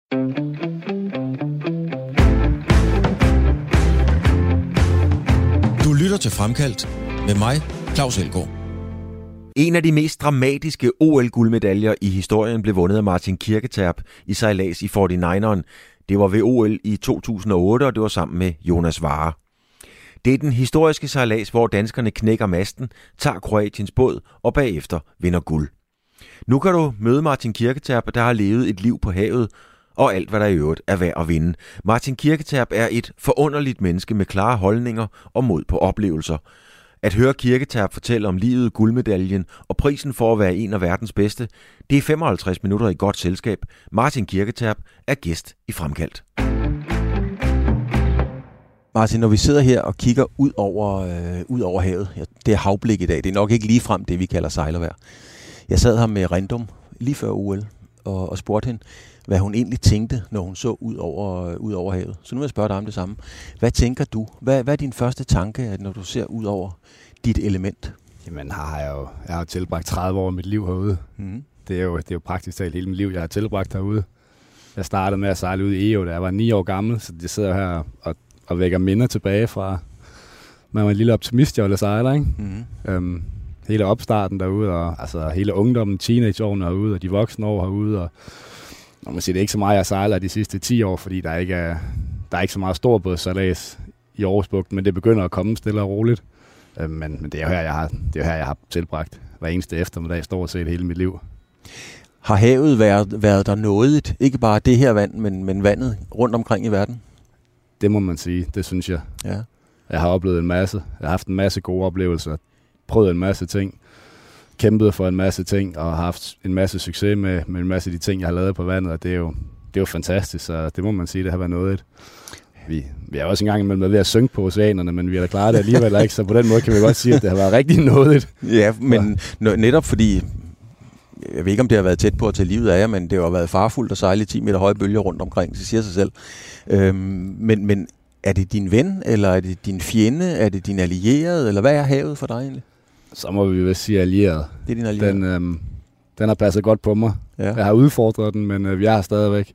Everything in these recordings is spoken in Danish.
Du lytter til Fremkaldt med mig, Claus Elgaard. En af de mest dramatiske OL-guldmedaljer i historien blev vundet af Martin Kirketerp i sejlads i 49'eren. Det var ved OL i 2008, og det var sammen med Jonas Warrer. Det er den historiske sejlads, hvor danskerne knækker masten, tager Kroatiens båd og bagefter vinder guld. Nu kan du møde Martin Kirketerp, der har levet et liv på havet, og alt hvad der i øvrigt er værd at vinde. Martin Kirketerp er et forunderligt menneske med klare holdninger og mod på oplevelser. At høre Kirketerp fortælle om livet, guldmedaljen og prisen for at være en af verdens bedste, det er 55 minutter i godt selskab. Martin Kirketerp er gæst i Fremkaldt. Martin, når vi sidder her og kigger ud over havet, det er havblik i dag, det er nok ikke ligefrem det, vi kalder sejlervejr. Jeg sad her med Rindum lige før OL og spurgte hende, hvad hun egentlig tænkte, når hun så ud over havet. Så nu vil jeg spørge dig om det samme. Hvad tænker du? Hvad er din første tanke, når du ser ud over dit element? Jamen, jeg har jo tilbragt 30 år af mit liv herude. Mm. Det er jo praktisk talt hele mit liv, jeg har tilbragt herude. Jeg startede med at sejle ud i EO, da jeg var 9 år gammel, så jeg sidder her og vækker minder tilbage fra, man var en lille optimistjolle sejler, ikke? Mm. Hele opstarten derude, og altså hele ungdommen, teenageårene herude, og de voksne år herude, og man siger, det er ikke så meget, jeg sejler de sidste 10 år, fordi der er ikke så meget storbådssejlads i Aarhusbugten, men det begynder at komme stille og roligt. Men det er jo her, jeg har tilbragt hver eneste eftermiddag, stort set hele mit liv. Har havet været der nådigt? Ikke bare det her vand, men vandet rundt omkring i verden? Det må man sige, det synes jeg. Ja. Jeg har oplevet en masse. Jeg har haft en masse gode oplevelser, prøvet en masse ting, kæmpet for en masse ting, og har haft en masse succes med en masse af de ting, jeg har lavet på vandet, og det er jo fantastisk, så det må man sige, det har været noget. Vi er også engang imellem ved at synke på oceanerne, men vi har da klaret det alligevel ikke, så på den måde kan vi godt sige, at det har været rigtig noget. Ja, men netop fordi, jeg ved ikke, om det har været tæt på at tage livet af jer, men det har været farfuldt at sejle 10 meter høje bølger rundt omkring, det siger sig selv. Men er det din ven, eller er det din fjende, er det din allierede, eller hvad er havet for dig egentlig? Så må vi vist sige allieret. Det er din allierede. Den har passet godt på mig. Ja. Jeg har udfordret den, men vi er her stadigvæk.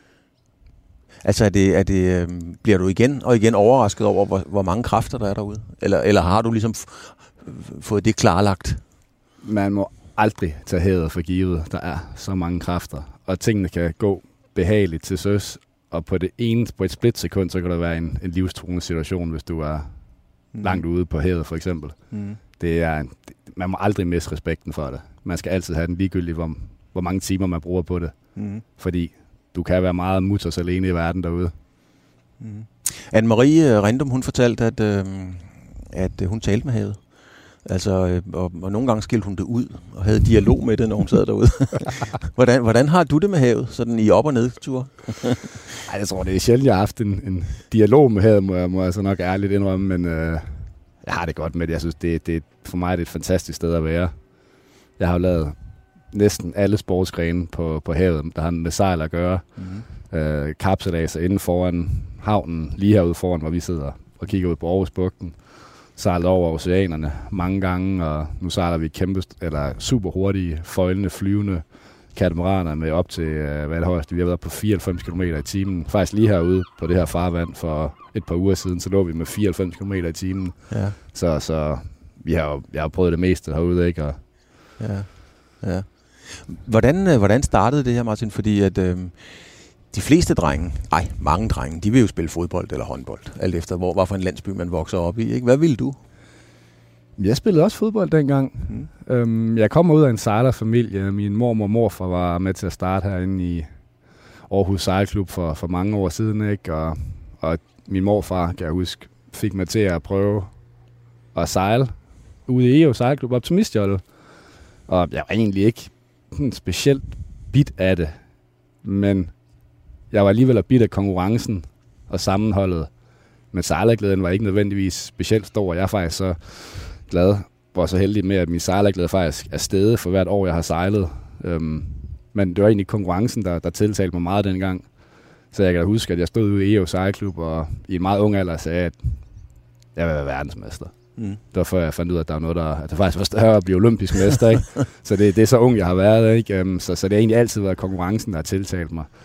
Altså bliver du igen og igen overrasket over, hvor mange kræfter der er derude? Eller har du ligesom fået det klarlagt? Man må aldrig tage havet for givet. Der er så mange kræfter, og tingene kan gå behageligt til søs, og på et splitsekund, så kan der være en livstruende situation, hvis du er langt ude på havet for eksempel. Mm. Man må aldrig miste respekten for det. Man skal altid have den ligegyldigt, hvor mange timer man bruger på det. Mm. Fordi du kan være meget mutters alene i verden derude. Mm. Anne-Marie Rindum, hun fortalte, at hun talte med havet. Altså, og nogle gange skilte hun det ud og havde dialog med det, når hun sad derude. Hvordan har du det med havet, sådan i op- og nedtur? Jeg tror, det er sjældent, jeg har haft en dialog med havet, må jeg så nok ærligt indrømme, men jeg har det godt med det. Jeg synes, for mig er det et fantastisk sted at være. Jeg har jo lavet næsten alle sportsgrene på havet, der har med sejl at gøre. Mm-hmm. Kapselaser inden foran havnen, lige herude foran, hvor vi sidder og kigger ud på Aarhusbugten. Sejlet over oceanerne mange gange, og nu sejler vi super hurtige, føjlende, flyvende katamaraner med op til, hvad er det højeste, vi har været på 94 km i timen. Faktisk lige herude på det her farvand for et par uger siden, så lå vi med 94 km i timen. Ja. Så jeg har prøvet det meste herude, ikke? Og ja. Hvordan startede det her, Martin? Fordi at de fleste mange drenge, de vil jo spille fodbold eller håndbold, alt efter hvad for en landsby man vokser op i, ikke? Hvad ville du? Jeg spillede også fodbold dengang. Jeg kom ud af en sejlerfamilie. Min mormor og morfar var med til at starte herinde i Aarhus Sejlklub for mange år siden, ikke? Og min morfar, kan jeg huske, fik mig til at prøve at sejle ude i EO Sejlklub Optimistjolle. Og jeg var egentlig ikke specielt bit af det, men jeg var alligevel bit af konkurrencen og sammenholdet. Men sejlerglæden var ikke nødvendigvis specielt stor. Jeg er faktisk så glad, var så heldig med, at min sejlerglæde faktisk er steget for hvert år, jeg har sejlet. Men det var egentlig konkurrencen, der tiltalte mig meget dengang. Så jeg kan huske, at jeg stod ude i EO Sejlklub og i en meget ung alder sagde, at jeg vil være verdensmester. Det var før jeg fandt ud af, at der var noget, at det faktisk var større at blive olympisk mester, ikke? Så det er så ung, jeg har været, ikke? Så det har egentlig altid været konkurrencen, der har tiltalt mig.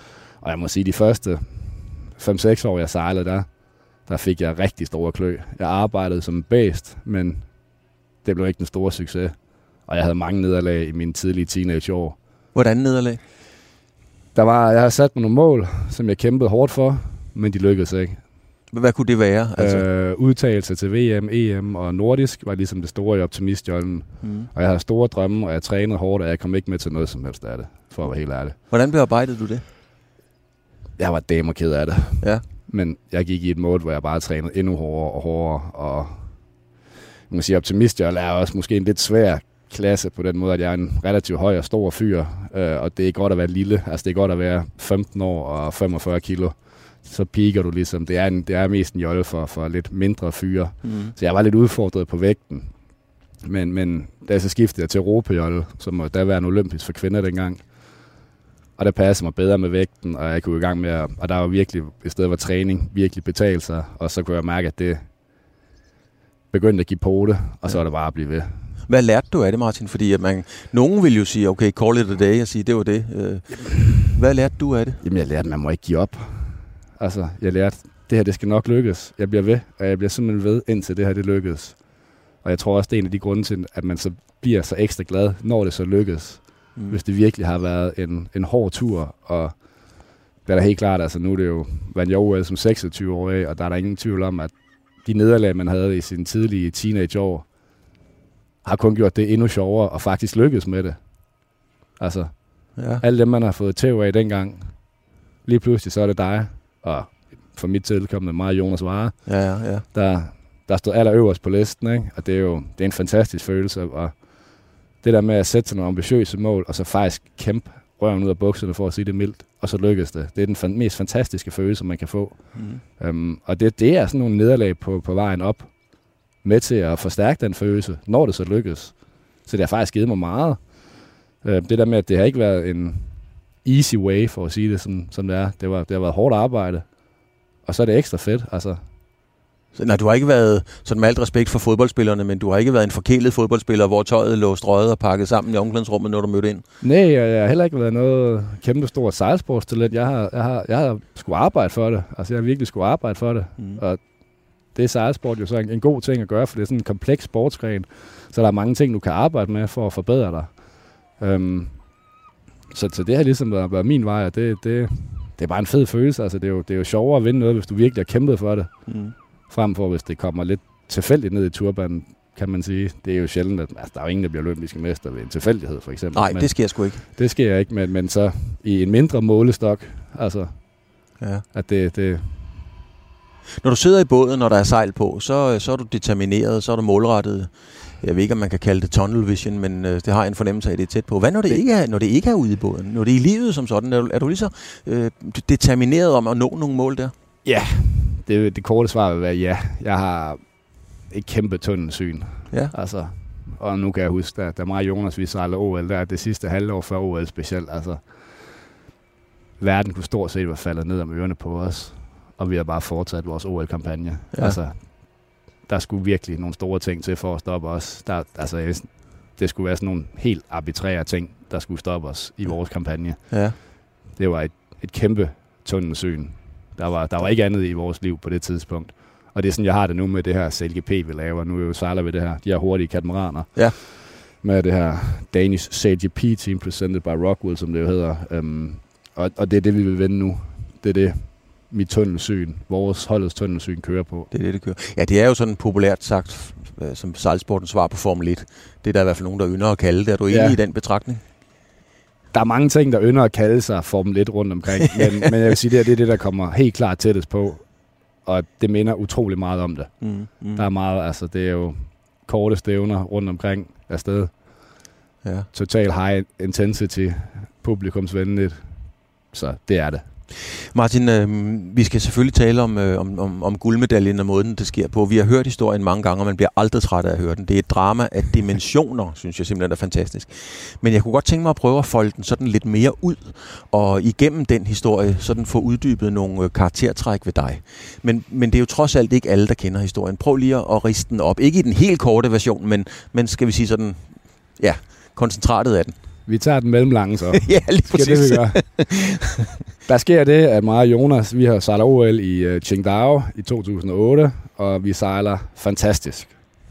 Og jeg må sige, de første 5-6 år, jeg sejlede der fik jeg rigtig store klø. Jeg arbejdede som bæst, men det blev ikke den store succes. Og jeg havde mange nederlag i mine tidlige teenageår. Hvordan nederlag? Jeg havde sat mig nogle mål, som jeg kæmpede hårdt for, men de lykkedes ikke. Hvad kunne det være? Altså? Udtagelse til VM, EM og Nordisk var ligesom det store i optimistjollen. Og jeg havde store drømme, og jeg trænede hårdt, og jeg kom ikke med til noget som helst af det, for at være helt ærlig. Hvordan bearbejdede du det? Jeg var damerked af det. Ja. Men jeg gik i et mode, hvor jeg bare trænede endnu hårdere. Og man kan sige, optimistjold er også måske en lidt svær klasse på den måde, at jeg er en relativt høj og stor fyr, og det er godt at være lille. Altså det er godt at være 15 år og 45 kilo. Så piker du ligesom. Det er mest en jolle for lidt mindre fyre. Så jeg var lidt udfordret på vægten. Men da jeg så skiftede jeg til Europajolle, som må da være en olympisk for kvinder dengang. Og der passede mig bedre med vægten, og jeg kunne i gang med og der var virkelig et sted, hvor træning virkelig betalte sig. Og så kunne jeg mærke, at det begyndte at give pote, og så var det bare at blive ved. Hvad lærte du af det, Martin? Fordi at nogen vil jo sige, okay, call it a day, og sige, det var det. Hvad lærte du af det? Jamen, jeg lærte, at man må ikke give op. Altså, jeg lærte, det her, det skal nok lykkes. Jeg bliver ved, og jeg bliver simpelthen ved, indtil det her, det lykkes. Og jeg tror også, det er en af de grunde til, at man så bliver så ekstra glad, når det så lykkes. Hvis det virkelig har været en hård tur, og det er da helt klart, altså nu er det jo vandt jeg OL som 26-årig, og der er der ingen tvivl om, at de nederlag, man havde i sine tidlige teenageår, har kun gjort det endnu sjovere, og faktisk lykkes med det. Altså, alle dem, man har fået tæv af dengang, lige pludselig så er det dig, og for mit tilkommende mig og Jonas Vare, der stod allerøverst på listen, ikke? Og det er en fantastisk følelse, og det der med at sætte sig nogle ambitiøse mål, og så faktisk kæmpe røven ud af bukserne, for at sige det mildt, og så lykkes det. Det er den mest fantastiske følelse, man kan få. Og det er sådan nogle nederlag på vejen op, med til at forstærke den følelse, når det så lykkes. Så det har faktisk givet mig meget. Det der med, at det har ikke været en easy way, for at sige det som det er. Det har været hårdt arbejde, og så er det ekstra fedt. Altså. Nej, du har ikke været, sådan med alt respekt for fodboldspillerne, men du har ikke været en forkælet fodboldspiller, hvor tøjet lå strøget og pakket sammen i omklædningsrummet, når du mødte ind? Nej, jeg har heller ikke været noget kæmpestort sejlsportstalent. Jeg har skulle arbejde for det. Altså, jeg har virkelig skulle arbejde for det. Og det er sejlsport jo så en god ting at gøre, for det er sådan en kompleks sportsgren. Så der er mange ting, du kan arbejde med for at forbedre dig. Så det har ligesom været min vej, og det er bare en fed følelse. Altså, det er jo sjovere at vinde noget, hvis du virkelig har kæmpet for det. Frem for, hvis det kommer lidt tilfældigt ned i turbanen, kan man sige. Det er jo sjældent, at der er jo ingen, der bliver olympiske mester ved en tilfældighed, for eksempel. Nej, det sker sgu ikke. Det sker ikke, men så i en mindre målestok, altså, at det. Når du sidder i båden, når der er sejl på, så er du determineret, så er du målrettet. Jeg ved ikke, om man kan kalde det tunnel vision, men det har jeg en fornemmelse af, at det er tæt på. Hvad når det ikke er ude i båden? Når det er i livet som sådan, er du lige så determineret om at nå nogle mål der? Ja, det korte svar vil være ja. Jeg har et kæmpe tunnelsyn. Ja. Altså, og nu kan jeg huske, da mig og Jonas, vi sejlede OL, der det sidste halvår før OL specielt. Altså, verden kunne stort set være faldet ned om ørerne på os, og vi har bare fortsat vores OL-kampagne. Ja. Altså, der skulle virkelig nogle store ting til for at stoppe os. Det skulle være sådan nogle helt arbitrære ting, der skulle stoppe os i vores kampagne. Ja. Det var et kæmpe tunnelsyn. Der var ikke andet i vores liv på det tidspunkt. Og det er sådan, jeg har det nu med det her CLGP, vi laver. Nu er jo sejler ved det her, de her hurtige katamaraner. Ja. Med det her Danish CLGP Team presented by Rockwool, som det jo hedder. Og det er det, vi vil vende nu. Det er det, mit tunnelsyn, vores holdets tunnelsyn kører på. Det er det kører. Ja, det er jo sådan populært sagt, som sejlsportens svar på Formel 1. Det er der i hvert fald nogen, der ynder at kalde det. Er du enig i den betragtning? Der er mange ting, der ynder at kalde sig Formel 1 rundt omkring, men jeg vil sige, det er det, der kommer helt klart tættest på, og det minder utrolig meget om det. Der er meget, altså det er jo korte stævner rundt omkring afsted. Ja. Total high intensity, publikumsvenligt, så det er det. Martin, vi skal selvfølgelig tale om guldmedaljen og måden, det sker på. Vi har hørt historien mange gange, og man bliver aldrig træt af at høre den. Det er et drama af dimensioner, synes jeg simpelthen er fantastisk. Men jeg kunne godt tænke mig at prøve at folde den sådan lidt mere ud, og igennem den historie sådan få uddybet nogle karaktertræk ved dig. Men det er jo trods alt ikke alle, der kender historien. Prøv lige at riste den op. Ikke i den helt korte version, men skal vi sige sådan, ja, koncentratet af den. Vi tager den mellemlange så. Ja, lige præcis. Det, vi gør. Der sker det, at mig og Jonas, vi har sejlet OL i Qingdao i 2008, og vi sejler fantastisk.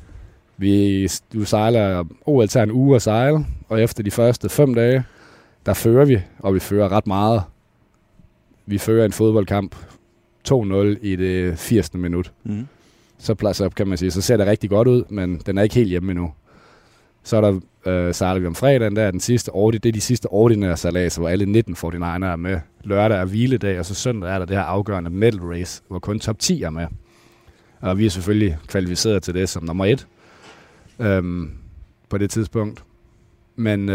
Du sejler, OL tager en uge at sejle, og efter de første 5 dage, der fører vi, og vi fører ret meget. Vi fører en fodboldkamp 2-0 i det 80. minut. Mm. Så kan man sige, så ser det rigtig godt ud, men den er ikke helt hjemme endnu. Så er der, sejler vi om fredagen, der er det er de sidste ordinære sejladser, hvor alle 19 49'ere er med. Lørdag er hviledag, og så søndag er der det her afgørende medal race, hvor kun top 10 er med. Og vi er selvfølgelig kvalificeret til det som nummer 1 på det tidspunkt. Men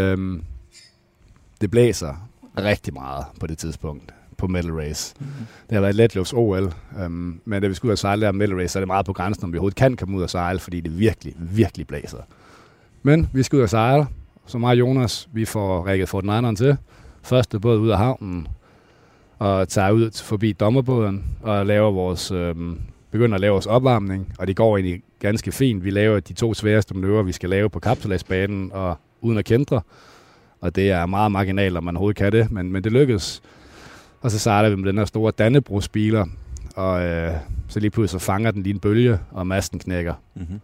det blæser rigtig meget på det tidspunkt på medal race. Mm-hmm. Det har været letlufts OL, men da vi skulle ud og sejle der medal race, så er det meget på grænsen, om vi overhovedet kan komme ud og sejle, fordi det virkelig, virkelig blæser. Men vi skal ud og sejle, så mig og Jonas, vi får rækket Fort Nineren til. Første båd ud af havnen, og tager ud forbi dommerbåden, og begynder at lave vores opvarmning, og det går egentlig ganske fint. Vi laver de 2 sværeste manøvrer, vi skal lave på kapsejladsbanen, og uden at kendre. Og det er meget marginalt, om man overhovedet kan det, men det lykkedes. Og så sejler vi med den her store Dannebrogsspiler, og så lige pludselig så fanger den lige en bølge, og masten knækker. Mm-hmm.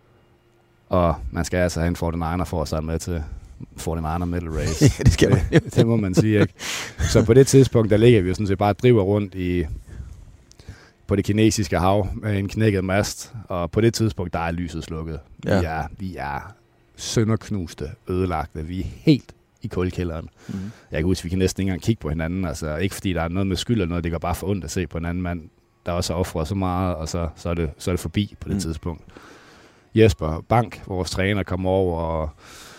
Og man skal altså have en 49er for at sejle med til 49er medal race. Ja, det skal man. Det må man sige, ikke? Så på det tidspunkt, der ligger vi jo sådan set bare driver rundt på det kinesiske hav med en knækket mast, og på det tidspunkt, der er lyset slukket. Ja. Vi er sønderknuste, ødelagte. Vi er helt i kulkælderen. Mm. Jeg kan huske, vi kan næsten ikke engang kigge på hinanden. Altså, ikke fordi der er noget med skyld eller noget, det går bare for ondt at se på en anden mand, der også har offret så meget, og så er det forbi på det tidspunkt. Jesper Bank, vores træner, kommer over og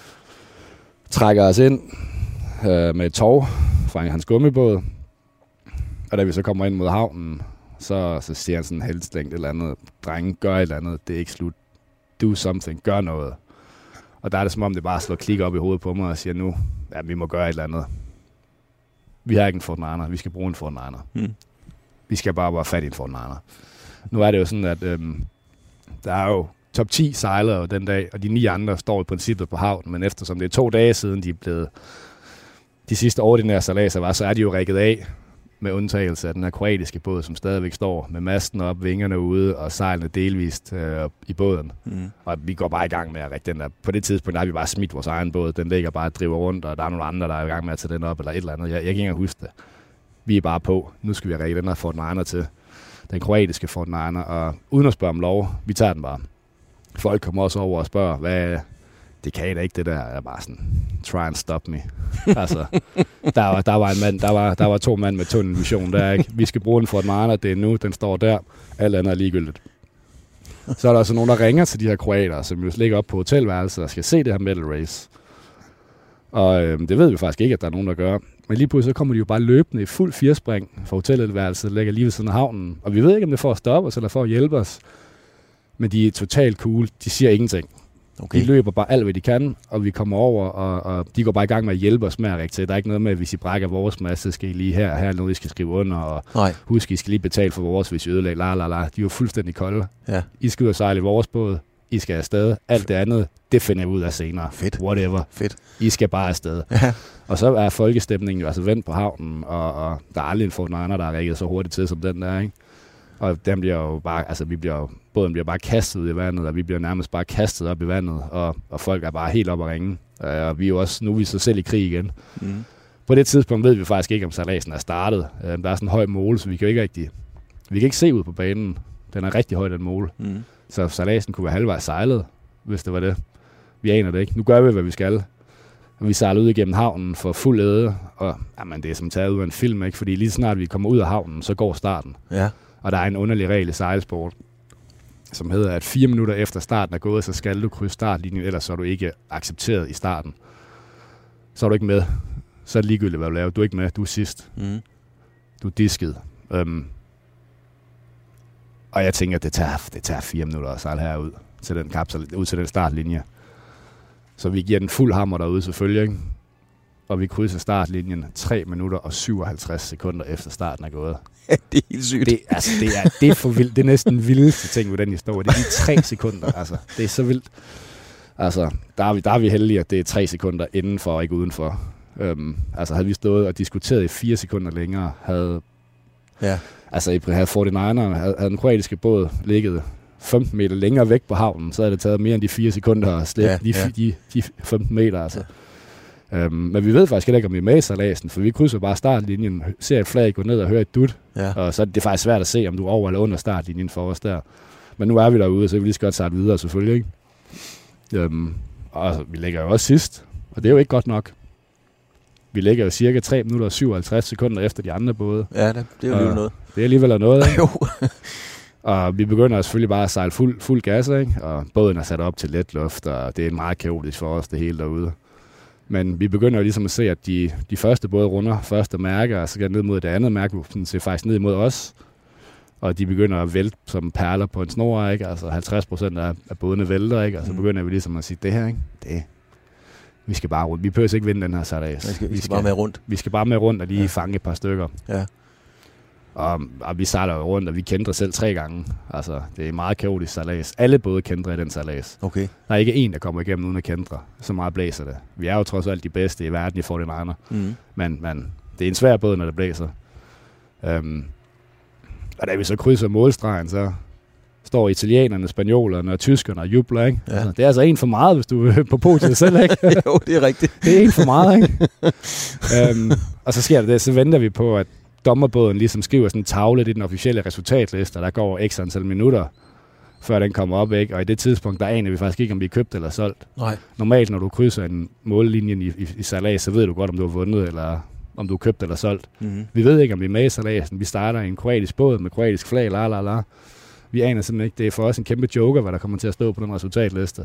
trækker os ind med et tov fra hans gummibåd. Og da vi så kommer ind mod havnen, så siger han sådan helstængt et eller andet. Drenge, gør et eller andet. Det er ikke slut. Do something. Gør noget. Og der er det som om, det bare slår klik op i hovedet på mig og siger nu, ja, vi må gøre et eller andet. Vi har ikke en Fort Niner. Vi skal bruge en Fort Niner. Mm. Vi skal bare fat i en Fort Niner. Nu er det jo sådan, at der er jo top 10 sejlere den dag, og de 9 andre står i princippet på havnen, men eftersom det er 2 dage siden, de sidste ordinære sejladser var, så er de jo rækket af, med undtagelse af den her kroatiske båd, som stadigvæk står med masten op, vingerne ude og sejlene delvist i båden. Mm. Og vi går bare i gang med at række den der. På det tidspunkt der har vi bare smidt vores egen båd. Den ligger bare og driver rundt, og der er nogle andre, der er i gang med at tage den op, eller et eller andet. Jeg kan ikke engang huske det. Vi er bare på. Nu skal vi række den her Fort Niner til. Den kroatiske Fort Niner, og uden at spørge om lov, vi tager den bare. Folk kommer også over og spørger, hvad... Det kan I da ikke, det der. Jeg er bare sådan, try and stop me. Altså, der var en mand, der var 2 mand med tunnelvision der, ikke? Vi skal bruge den Fort Niner, det er nu, den står der. Alt andet er ligegyldigt. Så er der også nogen, der ringer til de her kroater, som jo ligger op på hotelværelset og skal se det her medal race. Og det ved vi faktisk ikke, at der er nogen, der gør. Men lige pludselig så kommer de jo bare løbende i fuld 4-spring fra hotelværelset, ligger lige ved siden af havnen. Og vi ved ikke, om det er for at stoppe os eller for at hjælpe os. Men de er totalt cool. De siger ingenting. Okay. De løber bare alt, hvad de kan, og vi kommer over, og de går bare i gang med at hjælpe os med at række til. Der er ikke noget med, at hvis I brækker vores masse, så skal I lige her er noget, I skal skrive under, og husk, I skal lige betale for vores, hvis I ødelægger. De er jo fuldstændig kolde. Ja. I skal ud og sejle i vores båd. I skal afsted. Alt det andet, det finder jeg ud af senere. Fedt. Whatever. Fedt. I skal bare afsted. Ja. Og så er folkestemningen jo altså vendt på havnen, og der er aldrig en Fort Niner, der er rækket så hurtigt til som den der, ikke? Og den bliver jo bare, altså båden bliver bare kastet ud i vandet, og vi bliver nærmest bare kastet op i vandet, og folk er bare helt op at ringe. Og vi er jo også, nu er vi så selv i krig igen. Mm. På det tidspunkt ved vi faktisk ikke, om sejladsen er startet. Der er sådan en høj måle, så vi kan ikke se ud på banen. Den er rigtig høj, den måle. Mm. Så sejladsen kunne være halvvejs sejlet, hvis det var det. Vi aner det ikke. Nu gør vi, hvad vi skal. Og vi sejler ud igennem havnen for fuld æde, og jamen, det er som taget ud af en film, ikke? Fordi lige snart vi kommer ud af havnen, så går starten. Ja. Og der er en underlig regel i sejlsport, som hedder, at 4 minutter efter starten er gået, så skal du krydse startlinjen, ellers så er du ikke accepteret i starten. Så er du ikke med. Så er det ligegyldigt, hvad du laver. Du er ikke med. Du er sidst. Mm. Du er disket. Og jeg tænker, at det tager 4 minutter at sejle herud til den kapsel, ud til den startlinje. Så vi giver den fuld hammer derude selvfølgelig, ikke? Og vi krydser startlinjen 3 minutter og 57 sekunder efter starten er gået. Det er helt sygt. Det er for vildt. Det er næsten den vildeste ting ved den historie. Det er de 3 sekunder. Altså, det er så vildt. Altså, der er vi heldige, at det er 3 sekunder indenfor og ikke udenfor. Altså, havde vi stået og diskuteret i 4 sekunder længere, havde 49erne, havde den kroatiske båd ligget 15 meter længere væk på havnen, så havde det taget mere end de 4 sekunder at slæbe de 15 meter. Altså. Men vi ved faktisk ikke, om vi er med i sejladsen, for vi krydser bare startlinjen, ser et flag gå ned og hører et dut, og så er det faktisk svært at se, om du er over eller under startlinjen for os der. Men nu er vi derude, så vi lige så godt starte videre selvfølgelig, ikke? Og vi ligger jo også sidst, og det er jo ikke godt nok. Vi ligger jo cirka 3 minutter og 57 sekunder efter de andre både. Ja, det er jo alligevel noget. Det er alligevel noget, ikke? Jo. Og vi begynder selvfølgelig bare at sejle fuld gas, ikke? Og båden er sat op til let luft, og det er meget kaotisk for os, det hele derude. Men vi begynder jo ligesom at se, at de første både runder første mærke, og så ned mod det andet mærke, som ser faktisk ned mod os. Og de begynder at vælte som perler på en snor, ikke? Altså 50% af bådene vælter, ikke? Og så begynder vi ligesom at sige, det her, ikke? Vi skal bare rundt. Vi behøver ikke vinde den her sejlads. Vi skal bare med rundt. Vi skal bare med rundt og lige fange et par stykker. Ja. Og vi sejler jo rundt, og vi kender selv 3 gange. Altså, det er meget kaotisk sejlads. Alle både kender i den sejlads. Okay. Der er ikke en, der kommer igennem uden at kendre. Så meget blæser det. Vi er jo trods alt de bedste i verden i 49'erne. Men det er en svær båd, når det blæser. Og da vi så krydser målstregen, så står italienerne, spanjolerne og tyskerne og jubler, ikke? Ja. Altså, det er altså en for meget, hvis du er på podiet selv, ikke? Jo, det er rigtigt. Det er en for meget, ikke? Og så sker det, så venter vi på, at dommerbåden ligesom skriver sådan en tavle i den officielle resultatliste, og der går x antal minutter, før den kommer op, ikke? Og i det tidspunkt, der aner vi faktisk ikke, om vi er købt eller solgt. Nej. Normalt, når du krydser en mållinjen i sejlads, så ved du godt, om du har vundet, eller om du er købt eller solgt. Vi ved ikke, om vi er med i sejladsen. Vi starter i en kroatisk båd med kroatisk flag, la. Vi aner simpelthen ikke. Det er for os en kæmpe joker, hvad der kommer til at stå på den resultatliste.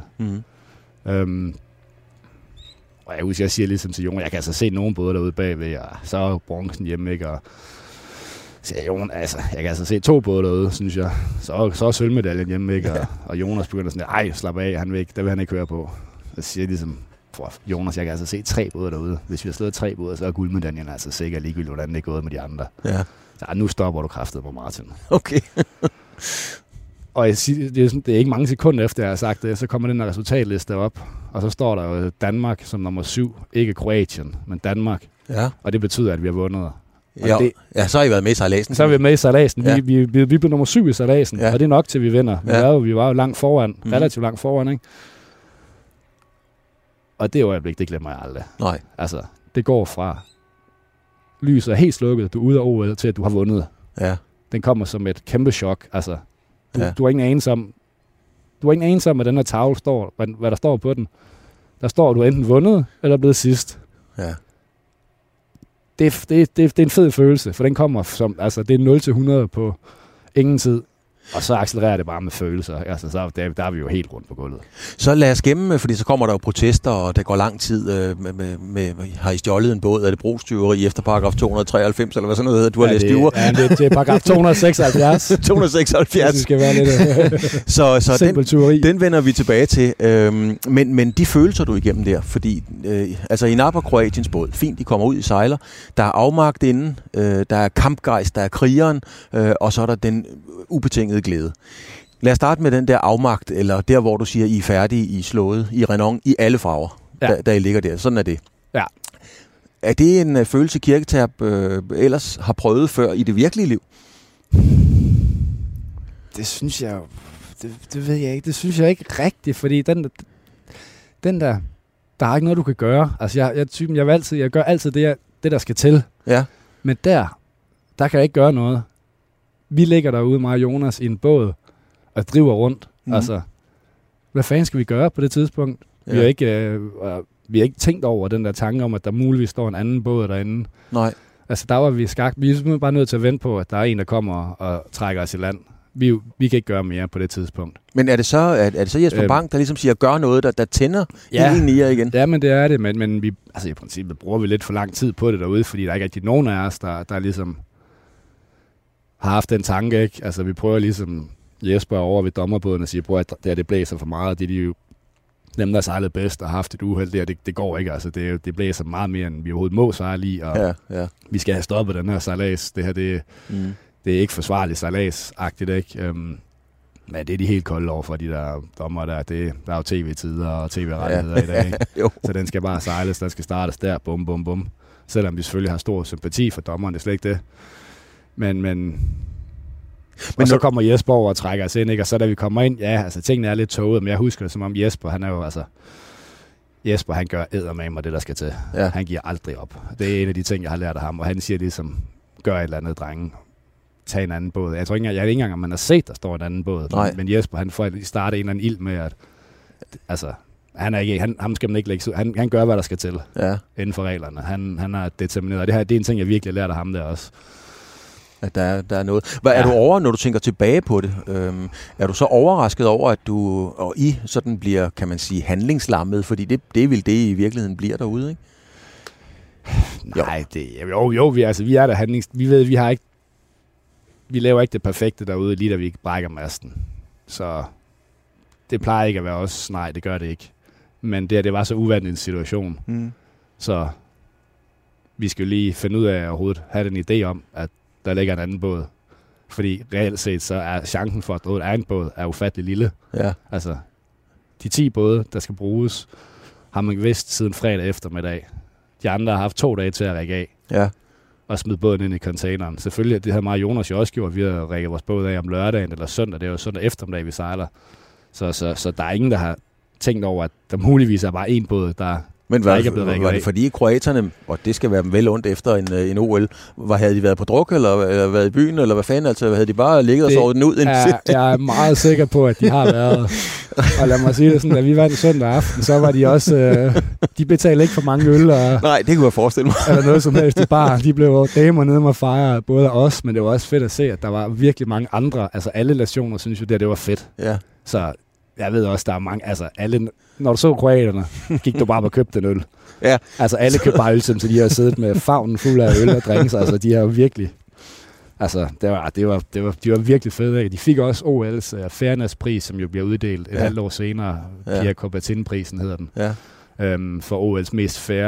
Og jeg siger ligesom til Jon, jeg kan altså se nogle både derude bagved, og så er bronzen hjemme, ikke? Og siger Jon, altså, jeg kan altså se 2 både derude, synes jeg. Så er sølvmedaljen hjemme, ikke? Og Jonas begynder sådan, ej, slap af, han vil ikke, det vil han ikke høre på. Så siger jeg ligesom, Jonas, jeg kan altså se 3 både derude. Hvis vi har slået 3 både, så er guldmedaljen altså sikkert ligegyldigt, hvordan det er gået med de andre. Ja. Så nu stopper du kraftet på Martin. Okay. Og jeg siger, det er ikke mange sekunder efter, jeg har sagt det, så kommer den her resultatliste op, og så står der jo Danmark som nummer 7, ikke Kroatien, men Danmark. Ja. Og det betyder, at vi har vundet. Så har I været med i sejladsen. Så har vi med i sejladsen. Ja. Vi blev nummer 7 i sejladsen, og det er nok til, vi vinder. Vi var jo langt foran, relativt langt foran, ikke? Og det øjeblik, det glemmer jeg aldrig. Nej. Altså, det går fra lyset er helt slukket, du er ude af OL, til at du har vundet. Ja. Den kommer som et kæmpe chok. Altså, du har ingen anelse om, at den her tavle står, hvad der står på den. Der står, at du er enten vundet, eller blevet sidst. Ja. Det er en fed følelse, for den kommer som, altså, det er 0-100 på ingen tid. Og så accelererer det bare med følelser. Altså, så der er vi jo helt rundt på gulvet. Så lad os gemme, fordi så kommer der jo protester, og der går lang tid med har I stjålet en båd? Er det brugstyveri efter paragraf 293, eller hvad sådan noget hedder? Du har læst jura. Ja, det er paragraf 276. 276. Det skal være lidt så den vender vi tilbage til. Men de følelser, du igennem der, fordi altså i Napa Kroatiens båd, fint, de kommer ud i sejler, der er afmagt inden, der er kampgejst, der er krigeren, og så er der den ubetingede glæde. Lad os starte med den der afmagt, eller der, hvor du siger, I er færdige, I er slået, i renon, i alle farver, da I ligger der. Sådan er det. Ja. Er det en følelse, Kirketerp ellers har prøvet før i det virkelige liv? Det synes jeg det ved jeg ikke. Det synes jeg ikke rigtigt, fordi den der er ikke noget, du kan gøre. Altså, jeg gør altid det, der skal til. Ja. Men der kan jeg ikke gøre noget. Vi ligger derude, mig og Jonas, i en båd og driver rundt. Altså, hvad fanden skal vi gøre på det tidspunkt? Ja. Vi har ikke tænkt over den der tanke om, at der muligvis står en anden båd derinde. Nej. Altså, der var vi skakt. Vi er simpelthen bare nødt til at vente på, at der er en, der kommer og trækker os i land. Vi kan ikke gøre mere på det tidspunkt. Men er det så Jesper Bang, der ligesom siger, gør noget, der tænder ind i jer igen? Ja, men det er det. Men vi, altså, i princippet bruger vi lidt for lang tid på det derude, fordi der er ikke rigtig nogen af os, der ligesom har haft den tanke, ikke? Altså, vi prøver ligesom Jesper over ved dommerbåden og siger, prøv at det blæser for meget. Det er jo dem, der sejlede bedst og har haft et uheld der. Det går ikke. Altså, det blæser meget mere, end vi overhovedet må sejle i. Og vi skal have stoppet den her sejlads. Det her, det er ikke forsvarligt sejladsagtigt, ikke? Men det er de helt kolde over for de der dommer der. Der er jo tv-tider og tv-rettigheder i dag. Så den skal bare sejles, den skal startes der, bum, bum, bum. Selvom vi selvfølgelig har stor sympati for dommeren, det er slet ikke det. Men så kommer Jesper over og trækker os ind, ikke? Og så da vi kommer ind, ja, altså tingene er lidt tåget, men jeg husker det som om Jesper, han er jo altså... Jesper, han gør eddermame det, der skal til. Ja. Han giver aldrig op. Det er en af de ting, jeg har lært af ham, og han siger ligesom, gør et eller andet, drenge. Tag en anden båd. Jeg tror ikke engang, at man har set, der står en anden båd. Men Jesper, han får starte en eller anden ild med, at altså, ham skal man ikke lægge ud. Han gør, hvad der skal til inden for reglerne. Han er determineret. Det er en ting, jeg virkelig har lært af ham der også. At der er noget. Hvad er du over, når du tænker tilbage på det? Er du så overrasket over, at du og I sådan bliver, kan man sige, handlingslammet? Fordi det er vel det, I virkeligheden bliver derude, ikke? Nej, vi er der handlings... Vi ved, vi laver ikke det perfekte derude, lige da vi ikke brækker masten. Så det plejer ikke at være os. Nej, det gør det ikke. Men det var så uvandt en situation. Så vi skal lige finde ud af at overhovedet have den idé om, at der ligger en anden båd. Fordi reelt set, så er chancen for at drive en anden båd er ufattelig lille. Ja. Altså, de 10 både, der skal bruges, har man vidst siden fredag eftermiddag. De andre har haft 2 dage til at række af. Ja. Og smide båden ind i containeren. Selvfølgelig, det havde mig og Jonas jo også gjort. Vi har rækket vores båd af om lørdagen eller søndag. Det er jo søndag eftermiddag, vi sejler. Så der er ingen, der har tænkt over, at der muligvis er bare én båd, der... Men var det fordi kroaterne, og det skal være dem vel ondt efter en OL, havde de været på druk, eller været i byen, eller hvad fanden, altså havde de bare ligget og sovet den ud? Jeg er meget sikker på, at de har været. Og lad mig sige det sådan, da vi vandt søndag aften, så var de også, de betalte ikke for mange øl. Og, nej, det kunne jeg forestille mig. Eller noget som helst. De blev damer nede med at fejre både os, men det var også fedt at se, at der var virkelig mange andre, altså alle nationer synes jo, det var fedt. Ja. Så jeg ved også, der er mange, altså alle, når du så kroaterne, gik du bare på og købte en øl. Ja. Altså alle købte bare øl, så de har siddet med favnen fuld af øl og drinks, altså de har jo virkelig, altså de var virkelig fede, ikke? De fik også OL's fairness-pris, som jo bliver uddelt et halvt år senere, Pierre Coubertin-prisen hedder den, for OL's mest fair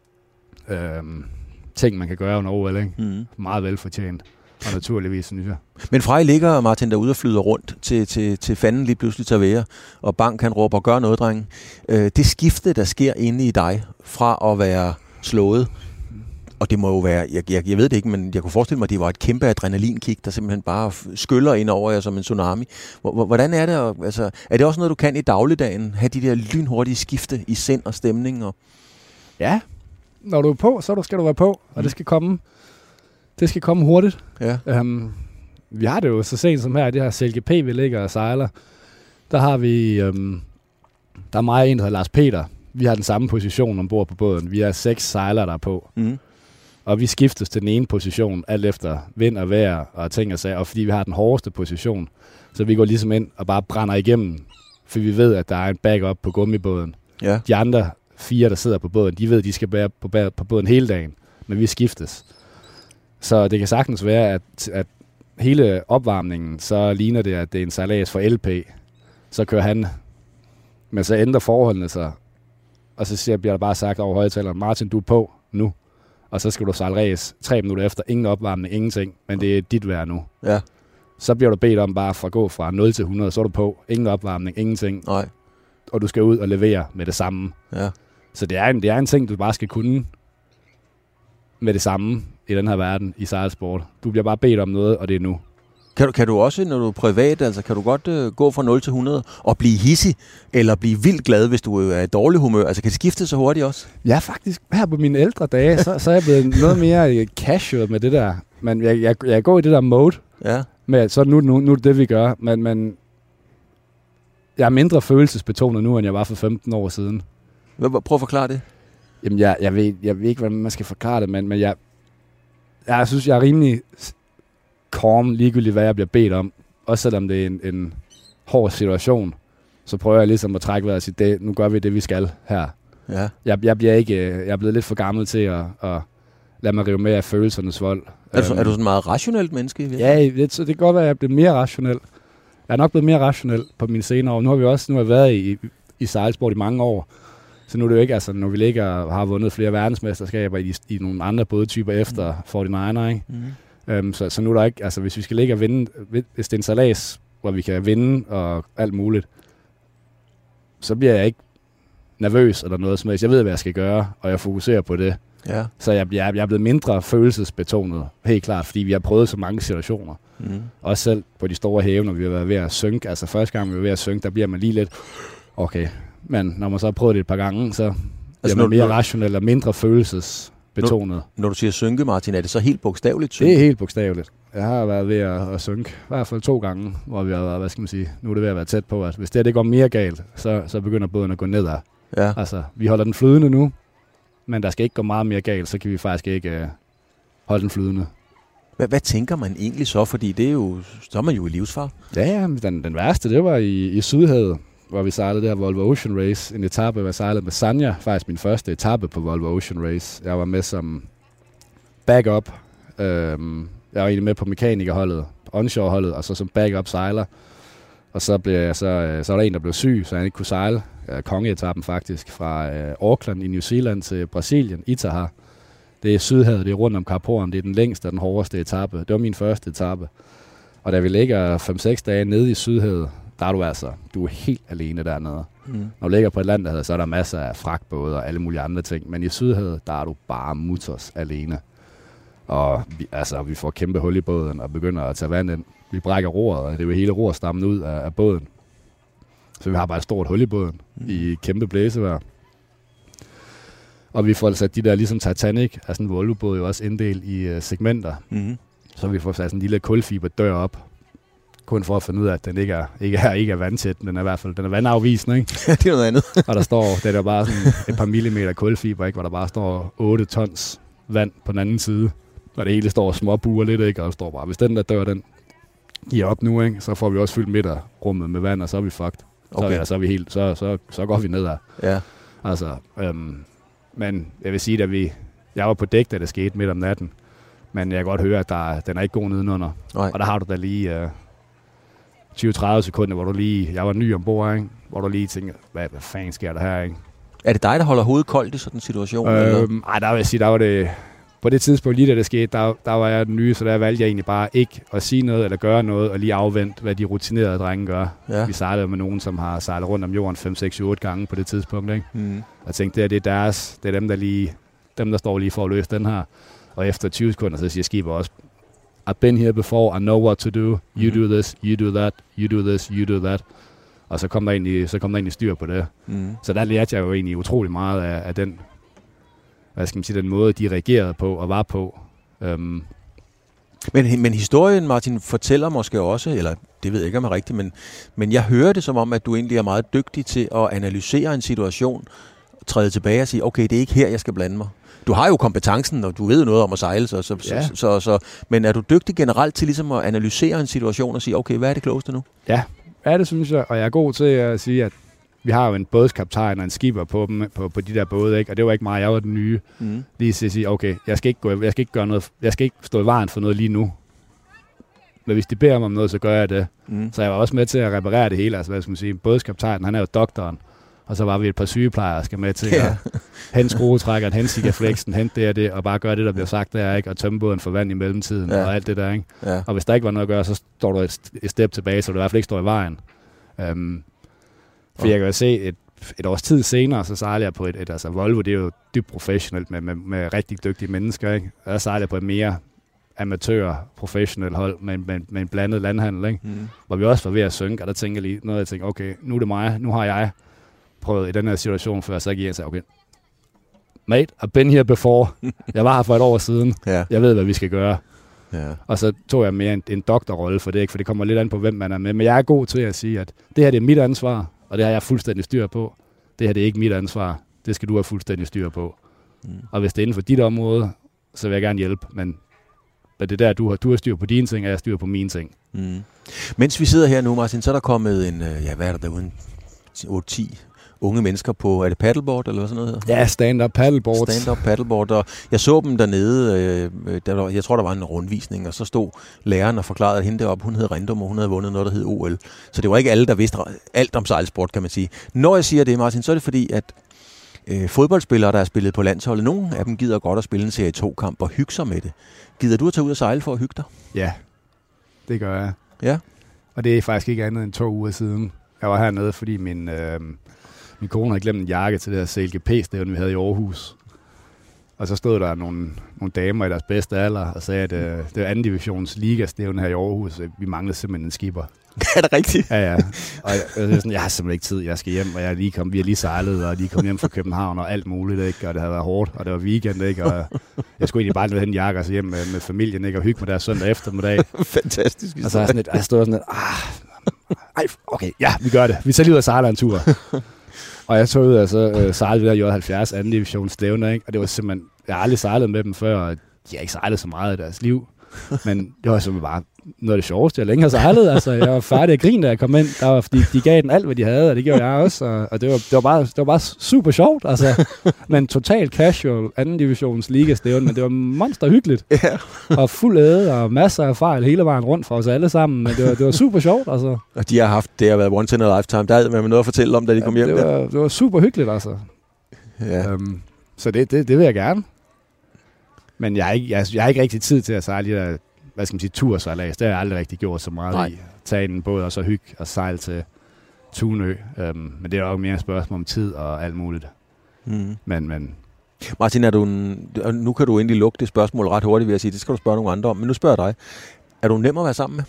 ting, man kan gøre under OL, ikke? Meget velfortjent. Og naturligvis, synes jeg. Men fra I ligger, Martin, derude og flyder rundt til fanden lige pludselig tager være, og Bang kan råbe og gøre noget, drenge. Det skifte, der sker inde i dig, fra at være slået, og det må jo være, jeg ved det ikke, men jeg kunne forestille mig, at det var et kæmpe adrenalinkick, der simpelthen bare skyller ind over jer som en tsunami. Hvordan er det? Altså, er det også noget, du kan i dagligdagen? Have de der lynhurtige skifte i sind og stemning? Og... Ja, når du er på, så skal du være på, og det skal komme. Det skal komme hurtigt. Ja. Vi har det jo så sent som her, det her CLGP, vi ligger og sejler. Der har vi, der er mig og en, der hedder Lars Peter. Vi har den samme position ombord på båden. Vi er 6 sejlere der på. Og vi skiftes til den ene position, alt efter vind og vejr og ting og sager. Og fordi vi har den hårdeste position, så vi går ligesom ind og bare brænder igennem. For vi ved, at der er en backup på gummibåden. Ja. De andre 4, der sidder på båden, de ved, at de skal være på båden hele dagen. Men vi skiftes. Så det kan sagtens være, at hele opvarmningen, så ligner det, at det er en sejlads for LP. Så kører han, men så ændrer forholdene sig. Og så bliver der bare sagt over højtaleren, Martin, du er på nu. Og så skal du sejle race 3 minutter efter. Ingen opvarmning, ingenting. Men det er dit vejr nu. Ja. Så bliver du bedt om bare at gå fra 0 til 100, så er du på. Ingen opvarmning, ingenting. Nej. Og du skal ud og levere med det samme. Ja. Så det er en ting, du bare skal kunne med det samme i den her verden, i sejlsport. Du bliver bare bedt om noget, og det er nu. Kan du også, når du er privat, altså kan du godt gå fra 0 til 100 og blive hissig, eller blive vildt glad, hvis du er i dårlig humør? Altså kan det skifte så hurtigt også? Ja, faktisk. Her på mine ældre dage, så er jeg blevet noget mere casual med det der. Men jeg går i det der mode. Ja. Med, så nu er det, vi gør. Men jeg er mindre følelsesbetonet nu, end jeg var for 15 år siden. Prøv at forklare det. Jamen, jeg ved ikke, hvordan man skal forklare det, men jeg synes, jeg er rimelig calm, ligegyldigt hvad jeg bliver bedt om. Også selvom det er en hård situation, så prøver jeg ligesom at trække vejret og sige, nu gør vi det, vi skal her. Ja. Jeg er blevet lidt for gammel til at lade mig rive med af følelsernes vold. Er du sådan en meget rationelt menneske? Ja, så det kan godt være, at jeg er blevet mere rationel. Jeg er nok blevet mere rationel på mine senere år. Nu har jeg været i sejlsport i mange år. Så nu er det jo ikke, altså når vi ligger og har vundet flere verdensmesterskaber i nogle andre bådtyper efter 49'er, ikke? Så nu er der ikke, altså hvis vi skal ligge og vinde, hvis det er en sejlads hvor vi kan vinde og alt muligt, så bliver jeg ikke nervøs eller noget som helst. Jeg ved, hvad jeg skal gøre, og jeg fokuserer på det. Ja. Så jeg er blevet mindre følelsesbetonet, helt klart, fordi vi har prøvet så mange situationer. Også selv på de store hæve, når vi har været ved at synke. Altså første gang, vi var ved at synke, der bliver man lige lidt, okay. Men når man så har prøvet det et par gange, så bliver man mere rationel og mindre følelsesbetonet. Når du siger synke, Martin, er det så helt bogstaveligt synke? Det er helt bogstaveligt. Jeg har været ved at synke, i hvert fald 2 gange, hvor vi har været, hvad skal man sige, nu er det ved at være tæt på, at hvis det går mere galt, så begynder båden at gå nedad. Ja. Altså, vi holder den flydende nu, men der skal ikke gå meget mere galt, så kan vi faktisk ikke holde den flydende. Hvad tænker man egentlig så? Fordi det er jo, så er man jo i livsfare. Ja, den værste, det var i Sydhavet, hvor vi sejlede der Volvo Ocean Race. En etape, hvor jeg sejlede med Sanja. Faktisk min første etape på Volvo Ocean Race. Jeg var med som backup. Jeg var egentlig med på mekanikerholdet, onshore-holdet, og så som backup sejler. Og så var der en, der blev syg, så han ikke kunne sejle. Kongeetappen faktisk, fra Auckland i New Zealand til Brasilien, Itaha. Det er Sydhavet, det er rundt om Kap Horn, det er den længste og den hårdeste etape. Det var min første etape. Og da vi ligger 5-6 dage nede i Sydhavet, der er du er helt alene dernede. Når du ligger på Atlanterhavet, så er der masser af fragtbåde og alle mulige andre ting. Men i Sydhavet, der er du bare mutters alene. Og vi får kæmpe hul i båden og begynder at tage vand ind. Vi brækker roret, og det er jo hele rorstammen ud af båden. Så vi har bare et stort hul i båden i kæmpe blæsevejr. Og vi får sat de der, ligesom Titanic, altså en Volvo-båd jo også inddelt i segmenter. Så vi får sat sådan en lille kulfiberdør op. Kun for at finde ud af, at den ikke er vandtæt. Den er i hvert fald vandafvisende, ikke? Det er noget andet. Og der står, det er bare sådan et par millimeter kulfiber, ikke? Hvor der bare står 8 tons vand på den anden side. Og det hele står småbuer lidt, ikke? Og der står bare, hvis den der dør, den giver op nu, ikke? Så får vi også fyldt midterrummet med vand, og så er vi fucked. Okay. Så er vi helt, så går vi nedad. Ja. Altså, men jeg vil sige, at jeg var på dæk, da det skete midt om natten. Men jeg kan godt høre, at den er ikke god nedenunder. Nej. Og der har du da lige 20-30 sekunder, hvor du lige, jeg var ny ombord, ikke? Hvor du lige tænker, hvad fanden sker der her, ikke? Er det dig, der holder hovedet koldt i sådan en situation? Nej, der vil jeg sige, der var det. På det tidspunkt, lige da det skete, der var jeg den nye, så der valgte jeg egentlig bare ikke at sige noget eller gøre noget, og lige afvente, hvad de rutinerede drenge gør. Ja. Vi sejlede med nogen, som har sejlet rundt om jorden 5, 6, 7, 8 gange på det tidspunkt, ikke? Jeg tænkte, det er deres, det er dem, der står lige for at løse den her. Og efter 20 sekunder, så siger skipper også, I've been here before, I know what to do, you do this, you do that, you do this, you do that. Og så kom der egentlig styr på det. Så der lærte jeg jo egentlig utrolig meget af den, hvad skal man sige, den måde, de reagerede på og var på. Men historien, Martin, fortæller måske også, eller det ved jeg ikke om er rigtigt, men jeg hører det som om, at du egentlig er meget dygtig til at analysere en situation, træde tilbage og sige, okay, det er ikke her, jeg skal blande mig. Du har jo kompetencen, og du ved noget om at sejle, men er du dygtig generelt til ligesom at analysere en situation og sige, okay, hvad er det klogeste nu? Ja, det synes jeg, og jeg er god til at sige, at vi har jo en bådskaptajn og en skipper på de der både, ikke? Og det var ikke mig, jeg var den nye. Lige til at sige, okay, jeg skal ikke gøre noget, jeg skal ikke stå i vejen for noget lige nu. Men hvis de beder mig om noget, så gør jeg det. Så jeg var også med til at reparere det hele. Altså, hvad skal man sige, bådskaptajnen, han er jo doktoren. Og så var vi et par sygeplejere, der skal med til at hente skruetrækkeren, hente sikkerfleksen, hente det, og bare gøre det, der bliver sagt der, ikke? Og tømme båden for vand i mellemtiden, og alt det der, ikke? Ja. Og hvis der ikke var noget at gøre, så står du et step tilbage, så du i hvert fald ikke står i vejen. For jeg kan jo se, et års tid senere, så sejler jeg på altså Volvo, det er jo dybt professionelt med rigtig dygtige mennesker, ikke? Og der sejler jeg på et mere amatør-professionelt hold med en blandet landhandel, ikke? Hvor vi også var ved at synke, og der tænker lige noget, jeg tænker, okay, nu er det mig, nu har jeg prøvet i den her situation før, så giver jeg sig, okay, mate, I've been here before. Jeg var her for et år siden. Ja. Jeg ved, hvad vi skal gøre. Ja. Og så tog jeg mere en doktorrolle for det, ikke? For det kommer lidt an på, hvem man er med. Men jeg er god til at sige, at det her det er mit ansvar, og det har jeg fuldstændig styr på. Det her det er ikke mit ansvar. Det skal du have fuldstændig styr på. Og hvis det er inden for dit område, så vil jeg gerne hjælpe. Men det er der, du har styr på dine ting, og jeg har styr på mine ting. Mens vi sidder her nu, Martin, så er der kommet hvad er der derude? 8-10 unge mennesker på, er det paddleboard, eller hvad sådan noget hedder? Ja, stand-up paddleboard. Stand-up paddleboard, og jeg så dem dernede, jeg tror, der var en rundvisning, og så stod læreren og forklarede, at hende deroppe, hun hed Rindum, og hun havde vundet noget, der hed OL. Så det var ikke alle, der vidste alt om sejlsport, kan man sige. Når jeg siger det, Martin, så er det fordi, at fodboldspillere, der er spillet på landsholdet, nogle af dem gider godt at spille en serie 2-kamp og hygge sig med det. Gider du at tage ud og sejle for at hygge dig? Ja, det gør jeg. Ja. Og det er faktisk ikke andet end 2 uger siden. Jeg var hernede, fordi min kone havde glemt en jakke til det her CLGP-stævne, vi havde i Aarhus. Og så stod der nogle damer i deres bedste alder og sagde, at det var 2. divisions ligastævne her i Aarhus. Vi manglede simpelthen en skipper. Er det rigtigt? Ja. Og jeg har simpelthen ikke tid, jeg skal hjem, og vi har lige sejlet, og lige kom hjem fra København og alt muligt, ikke? Og det havde været hårdt, og det var weekend, ikke? Og jeg skulle egentlig bare have en jakke og så hjem med familien, ikke? Og hygge mig der søndag eftermiddag. Fantastisk. Og så jeg stod sådan lidt, okay, ja, vi gør det. Vi tager lige ud og sejler en tur. Og jeg tog ud og så sejlede vi der J70 2. divisions stævner, ikke? Og det var simpelthen, jeg har aldrig sejlet med dem før, og de har ikke sejlet så meget i deres liv. Men det var simpelthen bare noget af det sjoveste, jeg længe har sejlet. Altså, jeg var færdig at grine, da jeg kom ind. Der var, fordi de gav den alt, hvad de havde, og det gjorde jeg også. Og det var bare super sjovt. Altså. Men totalt casual 2. divisions ligastævne, men det var monster hyggeligt. Yeah. Og fuld æde og masser af fejl hele vejen rundt for os alle sammen. Men det var super sjovt. Altså. Og de har været once in a lifetime. Der havde man noget at fortælle om, da de kom hjem. Det var super hyggeligt, altså. Yeah. Så det vil jeg gerne. Men jeg har ikke rigtig tid til at sejle de der, hvad skal man sige, tursejlads. Det har jeg aldrig rigtig gjort så meget i. Tage en båd og så hygge og sejle til Tunø. Men det er jo mere et spørgsmål om tid og alt muligt. Mm. Men Martin, nu kan du endelig lukke det spørgsmål ret hurtigt, vil jeg sige. Det skal du spørge nogle andre om. Men nu spørger jeg dig. Er du nem at være sammen med?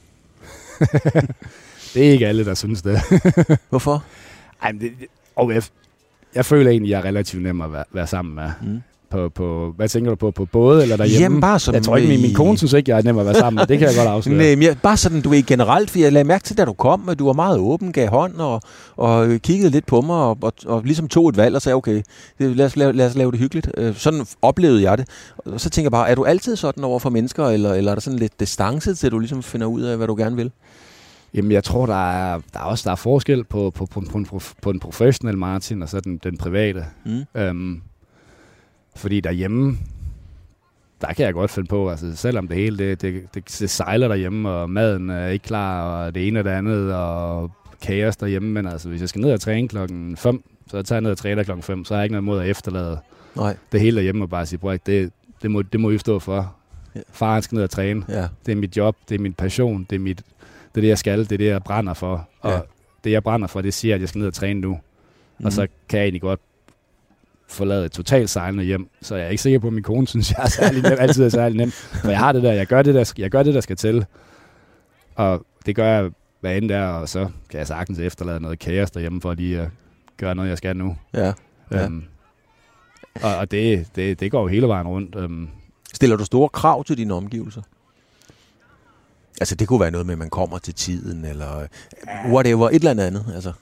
Det er ikke alle, der synes det. Hvorfor? Ej, jeg føler egentlig, at jeg er relativt nem at være sammen med. Mm. Hvad tænker du på både eller derhjemme? Jamen bare sådan. Jeg tror ikke, min kone synes ikke, jeg er nem at være sammen med. Det kan jeg godt afsløre. Nej, bare sådan, du er generelt, for jeg lagde mærke til, da du kom, at du var meget åben, gav hånd og kiggede lidt på mig og ligesom tog et valg og sagde, okay, lad os lave det hyggeligt. Sådan oplevede jeg det. Og så tænker jeg bare, er du altid sådan over for mennesker, eller er der sådan lidt distance til, at du ligesom finder ud af, hvad du gerne vil? Jamen, jeg tror, der er forskel på en professionel Martin og så den private. Mm. Fordi derhjemme, der kan jeg godt finde på, altså selvom det hele det sejler derhjemme, og maden er ikke klar, og det ene og det andet, og kaos derhjemme, men altså hvis jeg skal ned og træne 5, så tager jeg ned og træner 5, så har jeg ikke noget mod at efterlade det hele derhjemme og bare sige, bror, det må I stå for. Yeah. Faren skal ned og træne. Yeah. Det er mit job, det er min passion, det er det, jeg skal, det er det, jeg brænder for. Og det, jeg brænder for, det siger, at jeg skal ned og træne nu. Mm. Og så kan jeg egentlig godt forlade et totalt sejlende hjem, så jeg er ikke sikker på, at min kone synes, jeg er særlig nem, altid er særlig nem. For jeg har det der, jeg gør det, der skal til. Og det gør jeg, hvad end der, og så kan jeg sagtens efterlade noget kaos derhjemme, for lige at gøre noget, jeg skal nu. Ja. Og det går jo hele vejen rundt. Stiller du store krav til dine omgivelser? Altså, det kunne være noget med, at man kommer til tiden, eller whatever, et eller andet. Altså.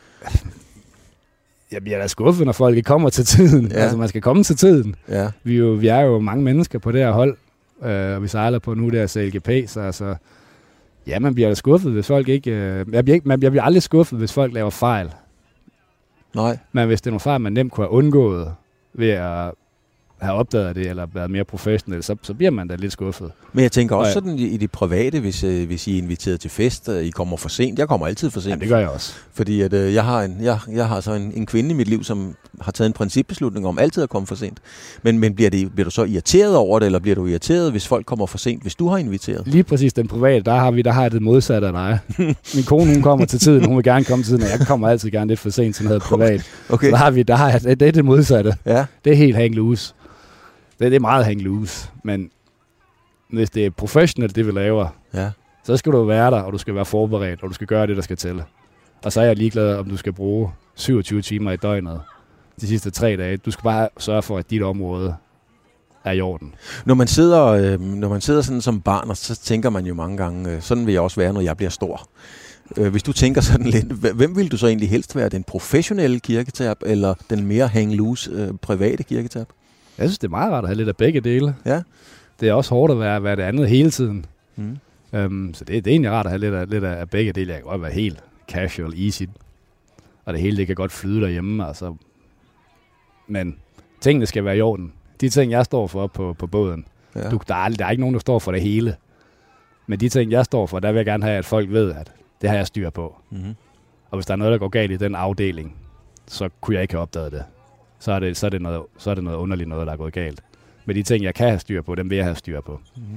Jeg bliver da skuffet, når folk ikke kommer til tiden. Ja. Altså, man skal komme til tiden. Ja. Vi er jo mange mennesker på det her hold, og vi sejler på nu der CLGP, så altså, ja, man bliver da skuffet, hvis folk ikke... Jeg bliver aldrig skuffet, hvis folk laver fejl. Nej. Men hvis det er nogle fejl, man nemt kunne have undgået ved at have opdaget det, eller været mere professionel, så bliver man da lidt skuffet. Men jeg tænker også sådan i det private, hvis I er inviteret til fest, I kommer for sent. Jeg kommer altid for sent. Ja, det gør jeg også. Fordi at, jeg har så en kvinde i mit liv, som har taget en principbeslutning om altid at komme for sent. Men bliver du så irriteret over det, eller bliver du irriteret, hvis folk kommer for sent, hvis du har inviteret? Lige præcis den private, der har jeg det modsatte af dig. Min kone, hun kommer til tiden, hun vil gerne komme til tiden, og jeg kommer altid gerne lidt for sent til noget privat. Okay. Så det er det modsatte. Ja. Det er helt hang loose. Det er meget hang loose, men hvis det er professionelt, det vi laver, så skal du være der, og du skal være forberedt, og du skal gøre det, der skal til. Og så er jeg ligeglad, om du skal bruge 27 timer i døgnet de sidste 3 dage. Du skal bare sørge for, at dit område er i orden. Når man sidder sådan som barn, så tænker man jo mange gange, sådan vil jeg også være, når jeg bliver stor. Hvis du tænker sådan lidt, hvem vil du så egentlig helst være? Den professionelle kirketab, eller den mere hang loose private kirketab? Jeg synes, det er meget rart at have lidt af begge dele. Ja. Det er også hårdt at være det andet hele tiden. Mm. Så det er egentlig rart at have lidt af begge dele. Jeg kan godt være helt casual, easy. Og det hele, det kan godt flyde derhjemme. Altså. Men tingene skal være i orden. De ting, jeg står for på båden, der er ikke nogen, der står for det hele. Men de ting, jeg står for, der vil jeg gerne have, at folk ved, at det har jeg styr på. Mm-hmm. Og hvis der er noget, der går galt i den afdeling, så kunne jeg ikke have opdaget det. Så er det noget underligt noget, der er gået galt. Men de ting, jeg kan have styr på, dem vil jeg have styr på. Mm-hmm.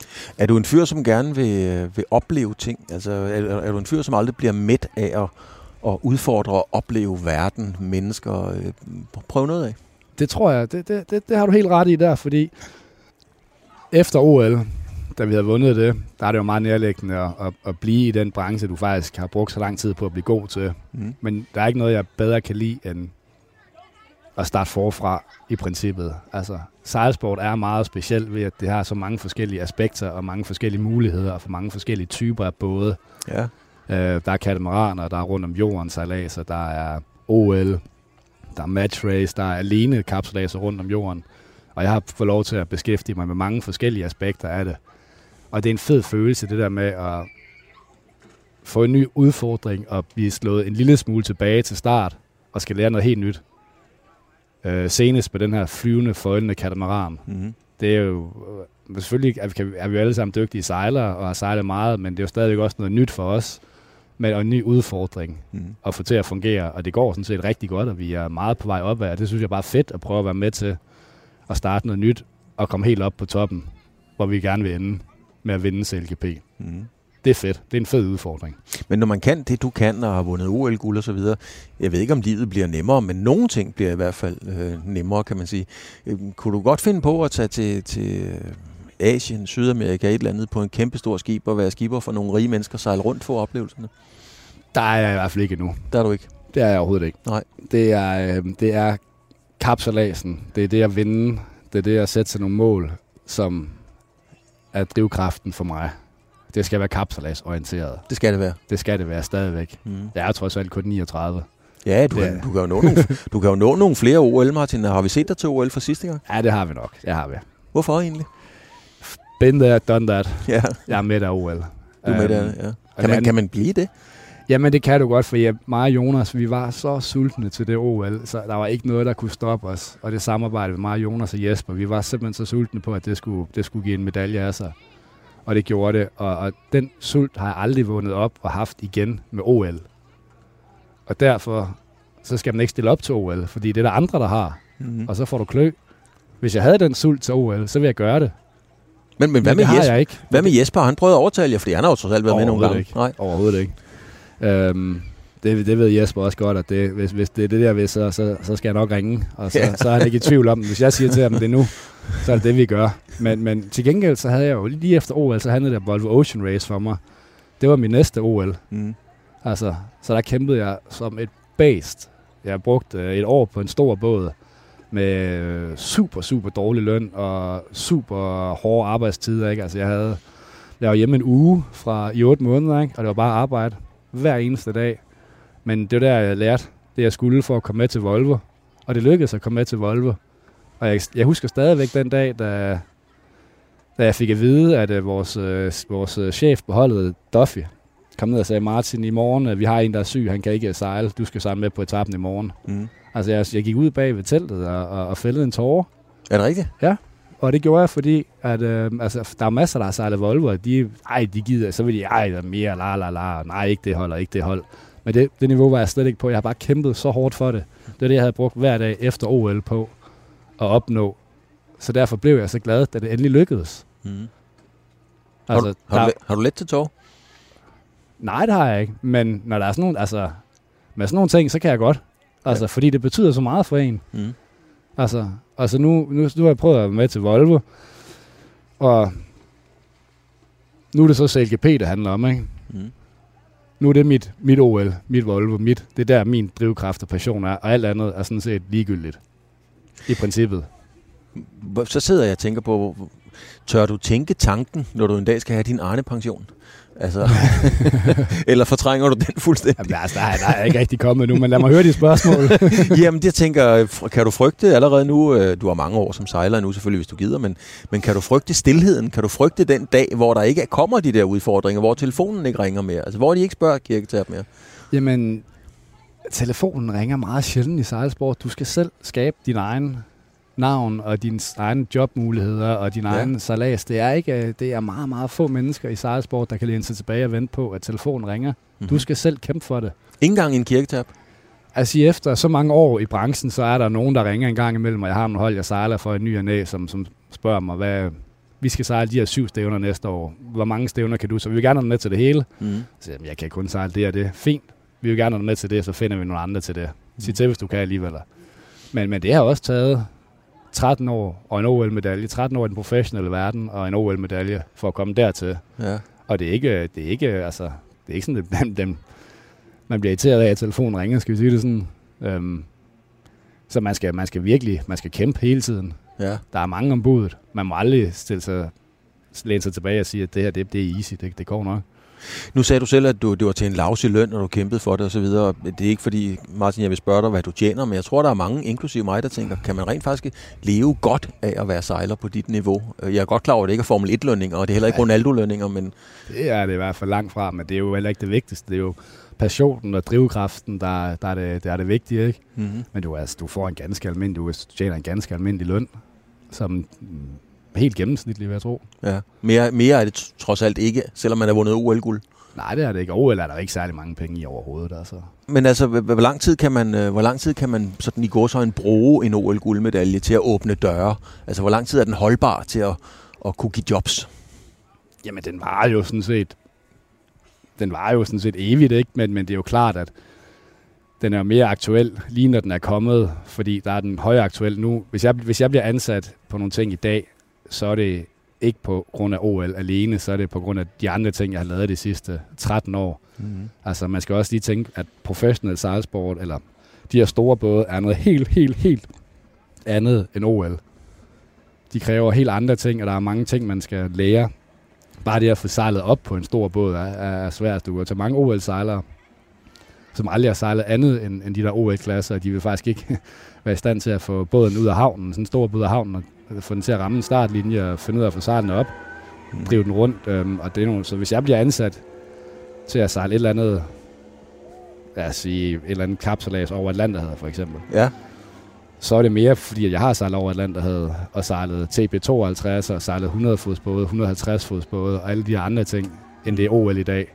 Er du en fyr, som gerne vil opleve ting? Altså, er du en fyr, som aldrig bliver mæt af at udfordre og opleve verden, mennesker? Prøv noget af. Det tror jeg, det har du helt ret i der, fordi efter OL, da vi havde vundet det, der er det jo meget nærliggende at blive i den branche, du faktisk har brugt så lang tid på at blive god til. Mm. Men der er ikke noget, jeg bedre kan lide, end at starte forfra i princippet. Altså, sejlsport er meget specielt ved, at det har så mange forskellige aspekter og mange forskellige muligheder og for mange forskellige typer af både. Ja. Der er katamaraner, der er rundt om jorden sejladser, der er OL, der er match race, der er alene kapsejladser rundt om jorden. Og jeg har fået lov til at beskæftige mig med mange forskellige aspekter af det. Og det er en fed følelse, det der med at få en ny udfordring og blive slået en lille smule tilbage til start og skal lære noget helt nyt. Senest med den her flyvende, foldende katamaran. Mm-hmm. Det er jo selvfølgelig er vi jo alle sammen dygtige sejlere og har sejlet meget, men det er jo stadigvæk også noget nyt for os med en ny udfordring at få til at fungere. Og det går sådan set rigtig godt, og vi er meget på vej opad. Det synes jeg bare er fedt at prøve at være med til at starte noget nyt og komme helt op på toppen, hvor vi gerne vil ende med at vinde CLGP. Mm. Det er fedt. Det er en fed udfordring. Men når man kan det, du kan, og har vundet OL-guld og så videre, jeg ved ikke, om livet bliver nemmere, men nogle ting bliver i hvert fald nemmere, kan man sige. Kunne du godt finde på at tage til Asien, Sydamerika, et eller andet, på en kæmpe stor skib og være skipper for nogle rige mennesker, sejle rundt for oplevelserne? Der er jeg i hvert fald ikke endnu. Der er du ikke? Det er jeg overhovedet ikke. Nej. Det er kapsejladsen. Det er det at vinde. Det er det at sætte sig nogle mål, som er drivkraften for mig. Det skal være kapsejladsorienteret. Det skal det være. Det skal det være stadigvæk. Mm. Jeg er trods alt kun 39. Ja, du kan jo nå nogle flere OL, Martin. Har vi set dig til OL for sidste gang? Ja, det har vi nok. Det har vi. Hvorfor egentlig? Been there, done that. Yeah. Jeg er med af OL. Du er med der, ja. Kan man blive det? Jamen, det kan du godt, for mig og Jonas, vi var så sultne til det OL, så der var ikke noget, der kunne stoppe os. Og det samarbejde med mig, Jonas og Jesper, vi var simpelthen så sultne på, at det skulle give en medalje af sig. Og det gjorde det, og den sult har jeg aldrig vundet op og haft igen med OL. Og derfor så skal man ikke stille op til OL, fordi det er der andre, der har. Mm-hmm. Og så får du klø. Hvis jeg havde den sult til OL, så ville jeg gøre det. Men hvad med Jesper? Jeg ikke. Hvad med Jesper? Han prøvede at overtale jer, fordi han har jo trods alt været med nogle gange. Ikke. Nej, overhovedet ikke. Det ved Jesper også godt, at hvis det er det der ved, så skal jeg nok ringe. Og så er han ikke i tvivl om, hvis jeg siger til ham, det er nu, så er det vi gør. Men til gengæld, så havde jeg jo lige efter OL, så handlede det Volvo Ocean Race for mig. Det var min næste OL. Mm. Altså, så der kæmpede jeg som et bæst. Jeg har brugt et år på en stor båd med super, super dårlig løn og super hårde arbejdstider. Ikke? Altså, jeg var hjemme en uge i 8 måneder, ikke? Og det var bare arbejde hver eneste dag. Men det var der, jeg lærte det, jeg skulle for at komme med til Volvo. Og det lykkedes at komme med til Volvo. Og jeg husker stadigvæk den dag, da jeg fik at vide, at vores chef på holdet, Duffy, kom ned og sagde, Martin, i morgen, at vi har en, der er syg, han kan ikke sejle, du skal sejle med på etappen i morgen. Mm. Altså, jeg gik ud bag ved teltet og fældede en tåre. Er det rigtigt? Ja, og det gjorde jeg, fordi at, der er masser, der har sejlet Volvo, og de gider, så vil de, der er mere, nej, ikke det hold. Men det niveau var jeg slet ikke på. Jeg har bare kæmpet så hårdt for det. Det er det, jeg havde brugt hver dag efter OL på at opnå. Så derfor blev jeg så glad, da det endelig lykkedes. Mm. Altså, har du let til tårer? Nej, det har jeg ikke. Men når der er sådan nogle, med sådan nogle ting, så kan jeg godt. Altså, fordi det betyder så meget for en. Mm. Altså nu har jeg prøvet at være med til Volvo. Og nu er det så CLGP, det handler om, ikke? Mm. Nu er det mit OL, mit Volvo, det er der min drivkraft og passion er, og alt andet er sådan set ligegyldigt. I princippet. Så sidder jeg og tænker på, tør du tænke tanken, når du en dag skal have din Arne-pension? Altså, eller fortrænger du den fuldstændig? Jamen, altså, der er ikke rigtig kommet nu, men lad mig høre de spørgsmål. Jamen, jeg tænker, kan du frygte allerede nu, du har mange år som sejler nu selvfølgelig, hvis du gider, men kan du frygte stilheden? Kan du frygte den dag, hvor der ikke kommer de der udfordringer, hvor telefonen ikke ringer mere? Altså, hvor de ikke spørger Kirketab mere? Jamen, telefonen ringer meget sjældent i sejlsport. Du skal selv skabe din egen navn og dine egne jobmuligheder og din egen sejlads. Det er meget, meget få mennesker i sejlsport, der kan læne sig tilbage og vente på, at telefonen ringer. Mm-hmm. Du skal selv kæmpe for det. Ingen gang i en Kirketab? Altså efter så mange år i branchen, så er der nogen, der ringer en gang imellem, og jeg har nogle hold, jeg sejler for en ny og næ, som spørger mig, vi skal sejle de her 7 stævner næste år. Hvor mange stævner kan du? Så vi vil gerne have med til det hele. Så jeg kan kun sejle det og det. Fint. Vi vil gerne have med til det, så finder vi nogle andre til det. Sig til, hvis du kan alligevel. Men det har også taget 13 år og en OL-medalje. 13 år i den professionelle verden og en OL-medalje for at komme dertil. Ja. Og det er ikke sådan, at man bliver irriteret af, at telefonen ringer, skal vi sige det sådan. Så man skal virkelig kæmpe hele tiden. Ja. Der er mange om budet. Man må aldrig læne sig tilbage og sige, at det her det er easy, det går nok. Nu sagde du selv, at det var til en lavsig løn, når du kæmpede for det osv. Det er ikke fordi, Martin, jeg vil spørge dig, hvad du tjener, men jeg tror, der er mange, inklusive mig, der tænker, kan man rent faktisk leve godt af at være sejler på dit niveau? Jeg er godt klar over, at det ikke er Formel 1-lønninger, og det er heller ikke Ronaldo-lønninger, men... Det er det i hvert fald langt fra, men det er jo heller ikke det vigtigste. Det er jo passionen og drivkraften, der er det vigtige, ikke? Mm-hmm. Men du får en ganske almindelig, du tjener en ganske almindelig løn, som helt gennemsnitlig, vil jeg tro. Ja. Mere er det trods alt ikke, selvom man har vundet OL-guld. Nej, det er det ikke. OL er der ikke særlig mange penge i overhovedet. Altså. Men altså, hvor lang tid kan man sådan i gåseøjne bruge en OL-guldmedalje til at åbne døre? Altså, hvor lang tid er den holdbar til at kunne give jobs? Jamen, den var jo sådan set evigt, ikke? Men det er jo klart, at den er mere aktuel, lige når den er kommet, fordi der er den højaktuel nu. Hvis jeg bliver ansat på nogle ting i dag, så er det ikke på grund af OL alene, så er det på grund af de andre ting, jeg har lavet de sidste 13 år. Mm-hmm. Altså, man skal også lige tænke, at professionel sejlsport, eller de her store både, er noget helt andet end OL. De kræver helt andre ting, og der er mange ting, man skal lære. Bare det at få sejlet op på en stor båd er svært. Du kan tage mange OL-sejlere, som aldrig har sejlet andet end de der OL-klasser, de vil faktisk ikke være i stand til at få båden ud af havnen, sådan en stor båd ud af havnen, og få den til at ramme en startlinje og finde ud af at få sejlen op, drive den rundt. Og det er nogle, så hvis jeg bliver ansat til at sejle et eller andet, lad os sige, et eller andet kapsejlads over Atlanterhavet for eksempel, ja, så er det mere, fordi jeg har sejlet over Atlanterhavet og sejlet TP52 og sejlet 100 fodsbåde, 150 fodsbåde og alle de andre ting, end det er OL i dag.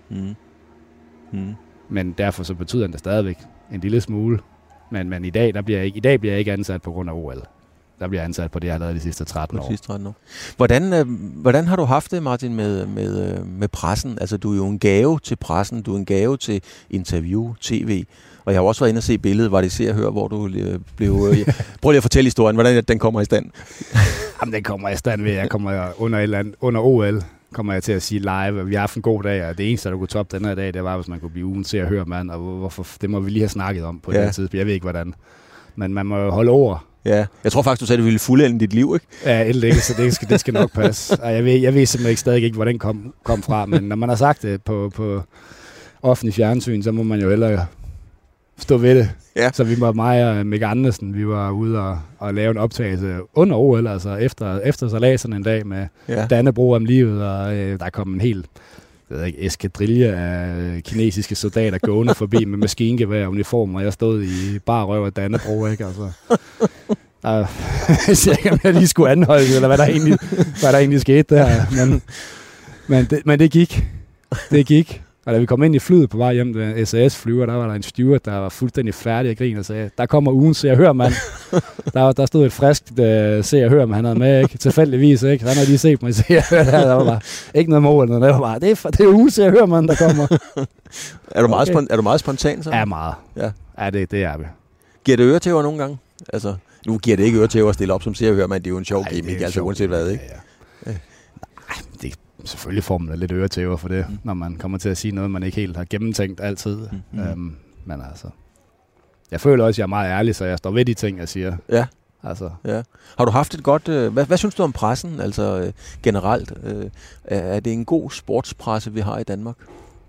Men derfor så betyder det stadigvæk en lille smule. Men i dag bliver jeg ikke ansat på grund af OL. Der bliver ansat på det, jeg har lavet de sidste 13 år. Hvordan har du haft det, Martin, med pressen? Altså, du er jo en gave til pressen, du er en gave til interview, tv. Og jeg har også været inde og se billedet, var det Se og Hør, hvor du blev... Prøv lige at fortælle historien, hvordan den kommer i stand. Jamen, den kommer i stand ved, jeg kommer under OL, kommer jeg til at sige live, vi har haft en god dag, og det eneste, der kunne toppe den her dag, det var, hvis man kunne blive ugen Se og Hør, mand, og hvorfor, det må vi lige have snakket om på den tidspunkt. Jeg ved ikke, hvordan. Men man må jo holde over. Ja, jeg tror faktisk, du sagde, at du ville fuldende dit liv, ikke? Ja, ikke, så det skal nok passe. Og jeg ved simpelthen stadig ikke, hvor den kom fra, men når man har sagt det på offentlig fjernsyn, så må man jo hellere stå ved det. Ja. Så vi var mig og Mick Andersen, vi var ude og lave en optagelse under OL, altså efter salaserne en dag med Dannebro om livet, og der kom en hel eskadrille af kinesiske soldater gående forbi med maskingevær og uniform, og jeg stod i bare røv af Dannebro, ikke? Altså, jeg ved ikke, om jeg lige skulle anholde, eller hvad der egentlig skete der, men det gik. Det gik. Og da vi kom ind i flyet på vej hjem, den SAS-flyver, der var der en steward, der var fuldstændig færdig at grine og sagde, der kommer ugen Se og Hør, mand. Der stod et friskt Se og Hør, man han havde med, ikke? Tilfældigvis, ikke? Han havde lige set mig Se og Hør, der var bare ikke noget mål, det var bare, det er ugen Se og Hør, mand, der kommer. Er du meget spontan så? Ja, meget. Ja, det er vi. Giver det øretæver nogle gange? Altså, nu giver det ikke øretæver at stille op som Se og Hør, men det er jo en sjov gimmick, altså uanset hvad, ikke? Ja. Nej, det selvfølgelig får man lidt øretæver for det, når man kommer til at sige noget, man ikke helt har gennemtænkt altid. Men altså, jeg føler også, at jeg er meget ærlig, så jeg står ved de ting, jeg siger. Ja. Altså. Ja. Har du haft et godt... Hvad synes du om pressen, altså generelt? Er det en god sportspresse, vi har i Danmark?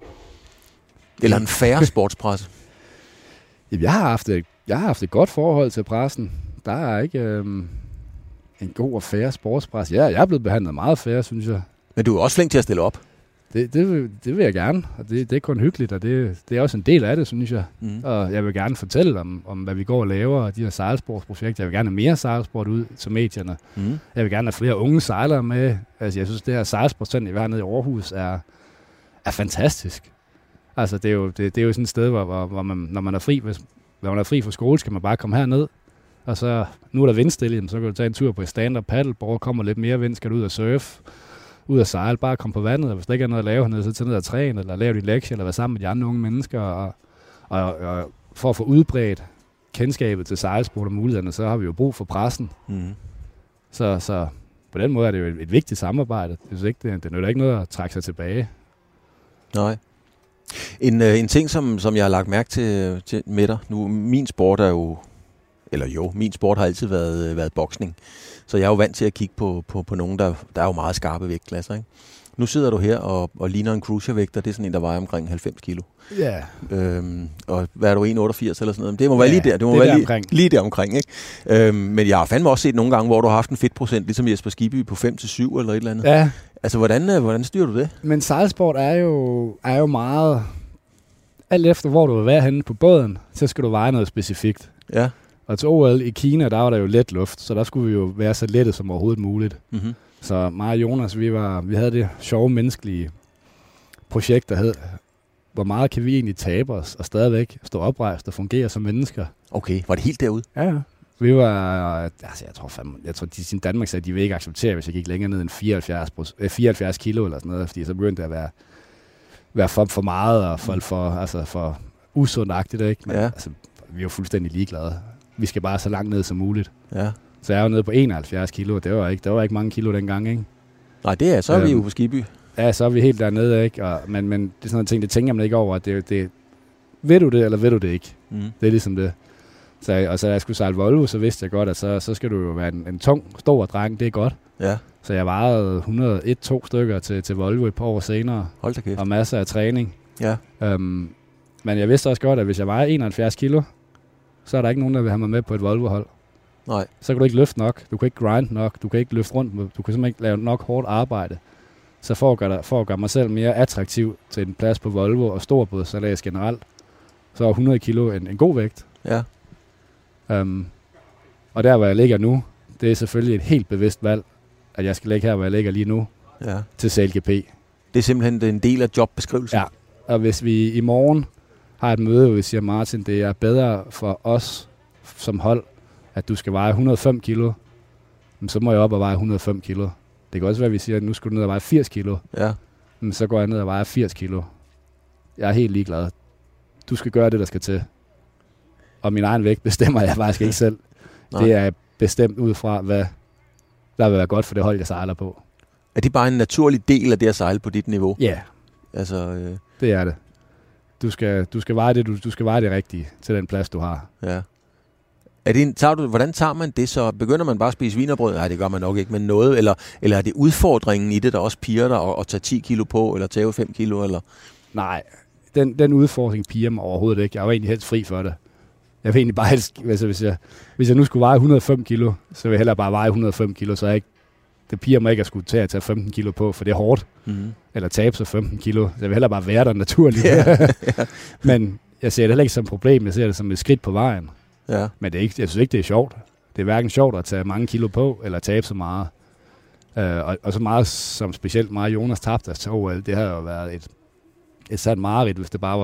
Eller en færre sportspresse? Jeg har haft et godt forhold til pressen. Der er ikke en god og færre sportspresse. Jeg er blevet behandlet meget færre, synes jeg. Men du er også flink til at stille op. Det vil jeg gerne, og det er kun hyggeligt, og det er også en del af det, synes jeg. Og jeg vil gerne fortælle om, hvad vi går og laver, og de her sejlsportsprojekter. Jeg vil gerne have mere sejlsport ud til medierne. Jeg vil gerne have flere unge sejlere med. Altså, jeg synes, det her sejlsportscenter, vi har nede i Aarhus, er fantastisk. Altså, det er jo sådan et sted, hvor man, når man er fri fra skole, skal man bare komme herned. Og så, nu er der vindstille, så kan du tage en tur på et stand-up paddleboard, kommer lidt mere vind, skal du ud og surfe, ud og sejle, bare komme på vandet, og hvis der ikke er noget at lave hernede, så tage ned og træne, eller lave din lektie, eller være sammen med de andre unge mennesker, og for at få udbredt kendskabet til sejlsport og mulighederne, så har vi jo brug for pressen. Mm. Så på den måde er det jo et vigtigt samarbejde. Det nytter ikke noget at trække sig tilbage. Nej. En ting, som jeg har lagt mærke til med dig, nu min sport er jo, min sport har altid været boksning. Så jeg er jo vant til at kigge på nogen, der er jo meget skarpe vægtklasser, ikke? Nu sidder du her og ligner en cruiservægter. Det er sådan en, der vejer omkring 90 kilo. Ja. Og hvad er du, 1,88 eller sådan noget? Det må være lige der. Det må være lige der omkring, ikke? Men jeg har fandme også set nogle gange, hvor du har haft en fedtprocent, ligesom Jesper Skibby, på 5-7 eller et eller andet. Ja. Altså, hvordan styrer du det? Men sejlsport er jo meget... Alt efter, hvor du vil være henne på båden, så skal du veje noget specifikt. Ja. Og til OL i Kina, der var der jo let luft, så der skulle vi jo være så lette som overhovedet muligt. Mm-hmm. Så mig og Jonas, vi havde det sjove menneskelige projekt, der hed, hvor meget kan vi egentlig tabe os og stadigvæk stå oprejst og fungere som mennesker. Okay, var det helt derude? Ja. Vi var, altså jeg tror de i Danmark sagde, at de vil ikke acceptere, hvis jeg gik længere ned end 74 kilo eller sådan noget, fordi så begyndte det at være for meget og for usundagtigt, ikke? Men altså, vi er jo fuldstændig ligeglade. Vi skal bare så langt ned som muligt. Ja. Så jeg er jo nede på 71 kilo. Det var ikke mange kilo dengang, ikke? Nej, det er så er vi jo på Skibby. Ja, så er vi helt dernede, ikke? Men det er sådan noget ting, det tænker man ikke over, at det ved du det, eller ved du det ikke? Mm. Det er ligesom det. Så jeg skulle sejle Volvo, så vidste jeg godt, at så skal du jo være en tung, stor dreng. Det er godt. Ja. Så jeg vejede 101-2 stykker til Volvo et par år senere. Hold da kæft. Og masser af træning. Ja. Men jeg vidste også godt, at hvis jeg vejer 71 kilo, så er der ikke nogen, der vil have mig med på et Volvo-hold. Nej. Så kan du ikke løfte nok, du kan ikke grind nok, du kan ikke løfte rundt, du kan simpelthen ikke lave nok hårdt arbejde. Så for at gøre mig selv mere attraktiv til en plads på Volvo og storbådsalas generelt, så er 100 kilo en god vægt. Ja. Og der, hvor jeg ligger nu, det er selvfølgelig et helt bevidst valg, at jeg skal ligge her, hvor jeg ligger lige nu, til CLGP. Det er simpelthen en del af jobbeskrivelsen? Ja, og hvis vi i morgen har et møde, hvor vi siger, Martin, det er bedre for os som hold, at du skal veje 105 kilo, så må jeg op og veje 105 kilo. Det kan også være, at vi siger, at nu skal du ned og veje 80 kilo. Ja. Men så går jeg ned og vejer 80 kilo. Jeg er helt ligeglad. Du skal gøre det, der skal til. Og min egen vægt bestemmer jeg faktisk ikke selv. Det er bestemt ud fra, hvad der vil være godt for det hold, jeg sejler på. Er det bare en naturlig del af det at sejle på dit niveau? Ja. Altså, det er det. Du skal veje det, du skal veje det rigtige til den plads, du har. Ja. Hvordan tager man det så? Begynder man bare at spise wienerbrød? Nej, det gør man nok ikke, men noget. Eller er det udfordringen i det, der også piger dig at tage 10 kilo på, eller tage 5 kilo? Eller? Nej, den udfordring piger mig overhovedet ikke. Jeg er jo egentlig helst fri for det. Jeg vil egentlig bare helst, hvis jeg nu skulle veje 105 kilo, så vil jeg hellere bare veje 105 kilo, så det piger mig ikke at skulle tage 15 kilo på, for det er hårdt. Mm-hmm. Eller tabe sig 15 kilo. Så jeg vil hellere bare være der naturligt. Yeah. Men jeg ser det heller ikke som et problem. Jeg ser det som et skridt på vejen. Ja. Men jeg synes ikke, det er sjovt. Det er hverken sjovt at tage mange kilo på, eller tabe så meget. Og så meget som specielt meget Jonas tabte til OL, det har jo været et sandt mareridt, hvis det bare var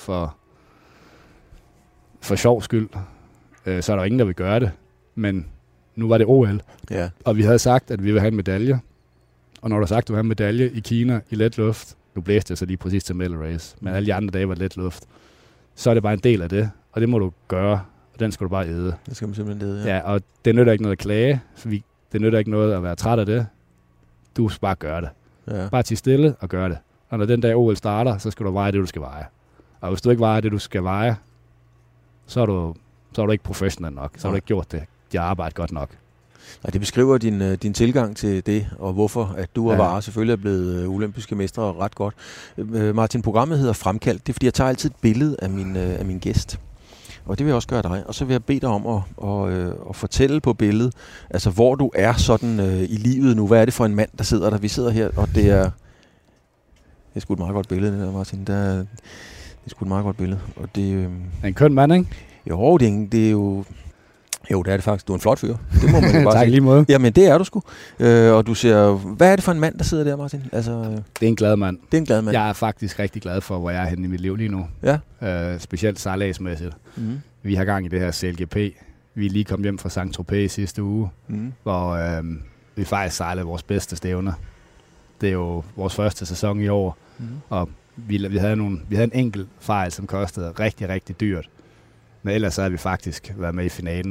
for sjov skyld. Så er der ingen, der vil gøre det. Men nu var det OL. Ja. Og vi havde sagt, at vi ville have en medalje. Og når du har sagt, at du vil have en medalje i Kina i let luft, nu blæste jeg så lige præcis til medal race, men alle de andre dage var let luft, så er det bare en del af det. Og det må du gøre. Og den skal du bare æde. Det skal man simpelthen æde, ja. Ja, og det nytter ikke noget at klage, for det nytter ikke noget at være træt af det. Du skal bare gøre det. Ja. Bare tige stille og gøre det. Og når den dag OL starter, så skal du veje det, du skal veje. Og hvis du ikke vejer det, du skal veje, så er du ikke professionel nok. Så har du ikke gjort dit arbejde godt nok. Nej, det beskriver din tilgang til det, og hvorfor at du og Vare selvfølgelig er blevet olympiske mestre ret godt. Martin, programmet hedder Fremkaldt. Det er, fordi jeg tager altid et billede af min gæst. Og det vil jeg også gøre dig. Og så vil jeg bede dig om at fortælle på billedet, altså hvor du er sådan i livet nu. Hvad er det for en mand, der sidder der? Vi sidder her, og det er sgu et meget godt billede, det der, Martin. Det er sgu et meget godt billede. Og det en køn mand, ikke? Jo, det er jo... Jo, det er det faktisk. Du er en flot fyr. Det må man jo bare tak sige. Lige måde. Jamen, det er du sgu. Og du ser... Hvad er det for en mand, der sidder der, Martin? Altså, det er en glad mand. Det er en glad mand. Jeg er faktisk rigtig glad for, hvor jeg er henne i mit liv lige nu. Ja. Specielt sejladsmæssigt. Mm-hmm. Vi har gang i det her CLGP. Vi er lige kommet hjem fra Saint-Tropez i sidste uge, hvor vi faktisk sejlede vores bedste stævner. Det er jo vores første sæson i år, og vi havde en enkelt fejl, som kostede rigtig, rigtig dyrt. Men ellers så havde vi faktisk været med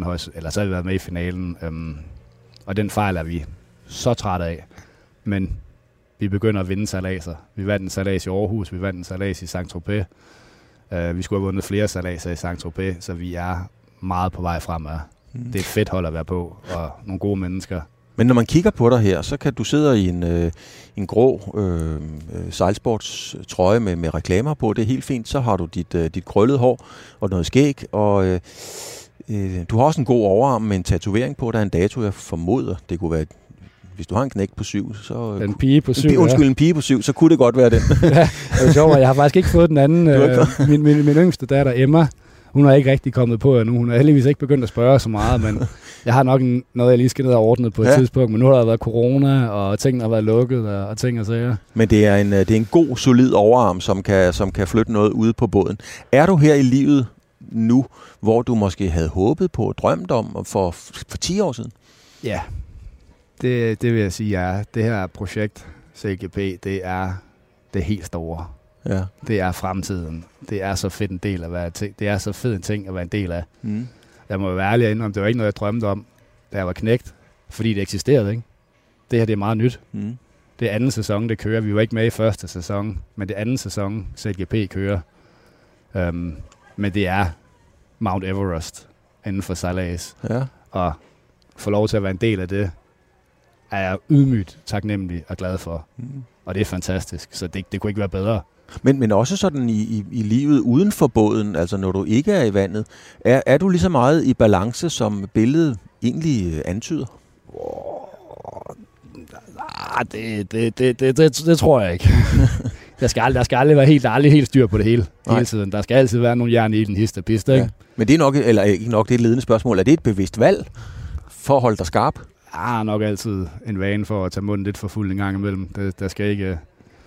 i finalen, og den fejl er vi så trætte af. Men vi begynder at vinde sejladser. Vi vandt en sejlads i Aarhus, vi vandt en sejlads i Saint-Tropez. Vi skulle have vundet flere sejladser i Saint-Tropez, så vi er meget på vej fremad. Det er et fedt hold at være på, og nogle gode mennesker. Men når man kigger på dig her, så kan du sidde i en grå sejlsportstrøje med reklamer på. Det er helt fint. Så har du dit krøllede hår og noget skæg, og du har også en god overarm med en tatovering på. Der er en dato, jeg formoder. Det kunne være, hvis du har en knægt på 7, så... En pige på 7, en pige på 7, så kunne det godt være den. Ja, det er sjovt, jeg har faktisk ikke fået den anden. Min yngste datter, Emma, hun er ikke rigtig kommet på endnu. Hun er heldigvis ikke begyndt at spørge så meget, men jeg har nok noget, jeg lige skal ned og ordne på et tidspunkt. Men nu har der været corona, og tingene har været lukket, og ting og sager. Men det er en god, solid overarm, som kan flytte noget ude på båden. Er du her i livet nu, hvor du måske havde håbet på og drømt om for 10 år siden? Ja, det vil jeg sige, ja. Det her projekt, CGP, det er det helt store. Ja. Det er fremtiden. Det er så fedt en del at være det er så fed en ting at være en del af. Jeg må være ærlig og indrømme, det var ikke noget, jeg drømte om, da jeg var knægt, fordi det eksisterede, ikke? Det her, det er meget nyt. Det er anden sæson, det kører. Vi var ikke med i første sæson, men det er anden sæson, CGP kører. Men det er Mount Everest inden for sejlads. Ja. Og få lov til at være en del af det, er jeg ydmygt taknemmelig og glad for. Og det er fantastisk, så det kunne ikke være bedre. Men også sådan i livet uden for båden, altså når du ikke er i vandet, er du lige så meget i balance, som billedet egentlig antyder? Det tror jeg ikke. Der skal aldrig være helt styr på det hele tiden. Der skal altid være nogle jern i den hist og pist, ikke? Ja. Men det er nok, eller ikke nok, det er et ledende spørgsmål. Er det et bevidst valg for at holde dig skarp? Nok altid en vane for at tage munden lidt for fuld en gang imellem. Der skal ikke...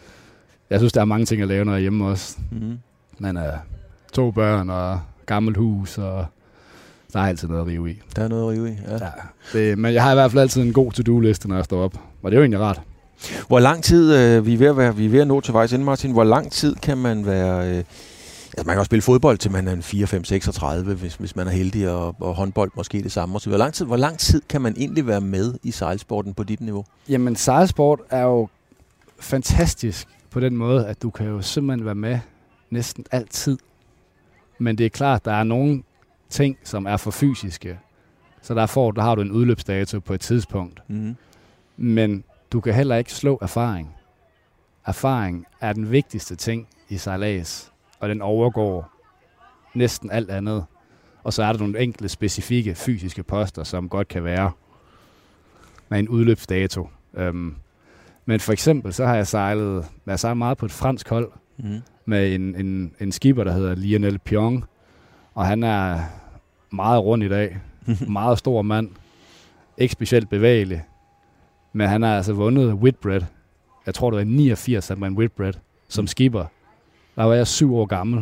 Jeg synes, der er mange ting at lave, når jeg er hjemme også. Men 2 børn og gammelt hus, og der er altid noget at rive i. Der er noget at rive i, ja. Men jeg har i hvert fald altid en god to-do-liste, når jeg står op. Og det er jo egentlig rart. Hvor lang tid, vi er ved at nå til vejs ende, Martin, hvor lang tid kan man være... man kan også spille fodbold til man er en 4, 5, 36, hvis man er heldig, og håndbold måske det samme. Så hvor lang tid kan man egentlig være med i sejlsporten på dit niveau? Jamen, sejlsport er jo fantastisk på den måde, at du kan jo simpelthen være med næsten altid. Men det er klart, der er nogle ting, som er for fysiske. Så der har du en udløbsdato på et tidspunkt. Men du kan heller ikke slå erfaring. Erfaring er den vigtigste ting i sejlads, og den overgår næsten alt andet. Og så er der nogle enkelte specifikke fysiske poster, som godt kan være med en udløbsdato. Men for eksempel, så har jeg sejlet meget på et fransk hold med en skipper, der hedder Lionel Pion. Og han er meget rund i dag. Meget stor mand. Ikke specielt bevægelig. Men han har altså vundet Whitbread. Jeg tror, det var 89, at man Whitbread som skipper. Der var jeg 7 år gammel.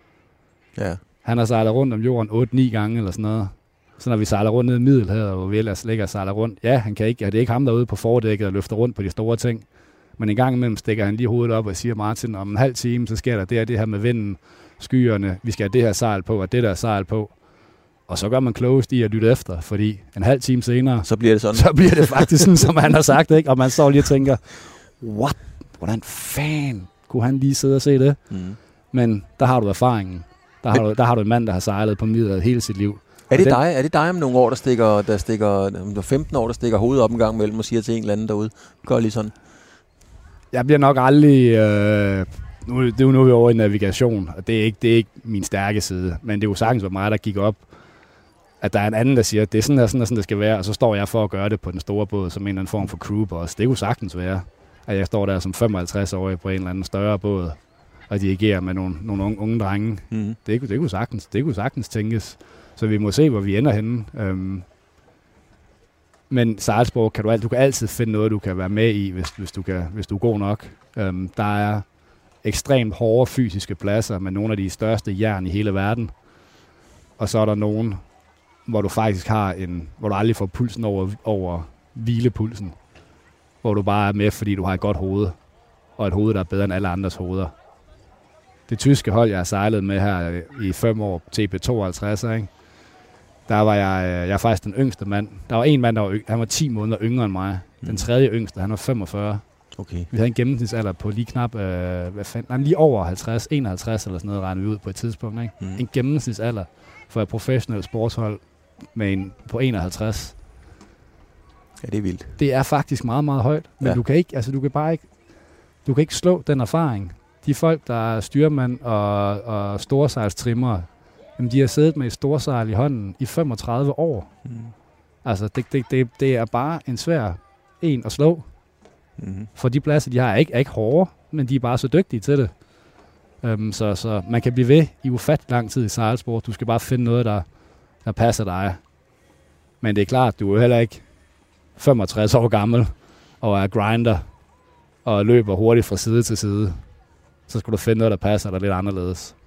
Ja. Han har sejlet rundt om jorden 8-9 gange eller sådan noget. Så når vi sejler rundt ned i Middelhavet, hvor vi ellers ligger og sejler rundt. Ja, han kan ikke, det er ikke ham derude på fordækket og løfter rundt på de store ting. Men en gang imellem stikker han lige hovedet op og siger, Martin, om en halv time, så sker der det her med vinden, skyerne, vi skal have det her sejl på, og det der sejl på. Og så gør man klogest i at lytte efter, fordi en halv time senere, så bliver det sådan. Så bliver det faktisk sådan, som han har sagt, ikke? Og man står lige og tænker, what? Hvordan fanden kunne han lige sidde og se det? Men der har du erfaringen. Der har du en mand, der har sejlet på Middelhavet hele sit liv. Er det dig om nogle år, der stikker 15 år, der stikker hovedet op en gang mellem og siger til en eller anden derude, gør lige sådan? Jeg bliver nok aldrig... Nu er vi over i navigation, og det er ikke min stærke side, men det er jo sagtens var mig, der gik op, at der er en anden, der siger, at det er sådan her, sådan det skal være, og så står jeg for at gøre det på den store båd, som en eller anden form for crewboss. Det kunne sagtens være, at jeg står der som 55-årig på en eller anden større båd, og dirigerer med nogle unge drenge. Det kunne sagtens tænkes. Så vi må se, hvor vi ender henne. Men sejlsport kan du kan altid finde noget, du kan være med i, hvis du er god nok. Der er ekstremt hårde fysiske pladser med nogle af de største jern i hele verden. Og så er der nogen hvor du faktisk hvor du aldrig får pulsen over hvilepulsen. Hvor du bare er med, fordi du har et godt hoved. Og et hoved, der er bedre end alle andres hoveder. Det tyske hold, jeg har sejlet med her i 5 år, TP52, ikke? Der var jeg er faktisk den yngste mand. Der var en mand, han var 10 måneder yngre end mig. Den tredje yngste, han var 45. Okay. Vi havde en gennemsnitsalder på lige knap, lige over 50, 51 eller sådan noget, regnede vi ud på et tidspunkt. Ikke? En gennemsnitsalder for et professionelt sportshold med en på 51. Ja, det er vildt. Det er faktisk meget, meget højt. Men du kan ikke slå den erfaring. De folk, der er styrmand og storsejlstrimmer, de har siddet med et storsejl i hånden i 35 år. Altså, det er bare en svær en at slå. For de pladser, de har, er ikke hårde, men de er bare så dygtige til det. Så man kan blive ved i ufattelig lang tid i sejlsport. Du skal bare finde noget, der passer dig. Men det er klart, du er heller ikke 65 år gammel og er grinder og løber hurtigt fra side til side. Så skal du finde noget, der passer dig lidt anderledes.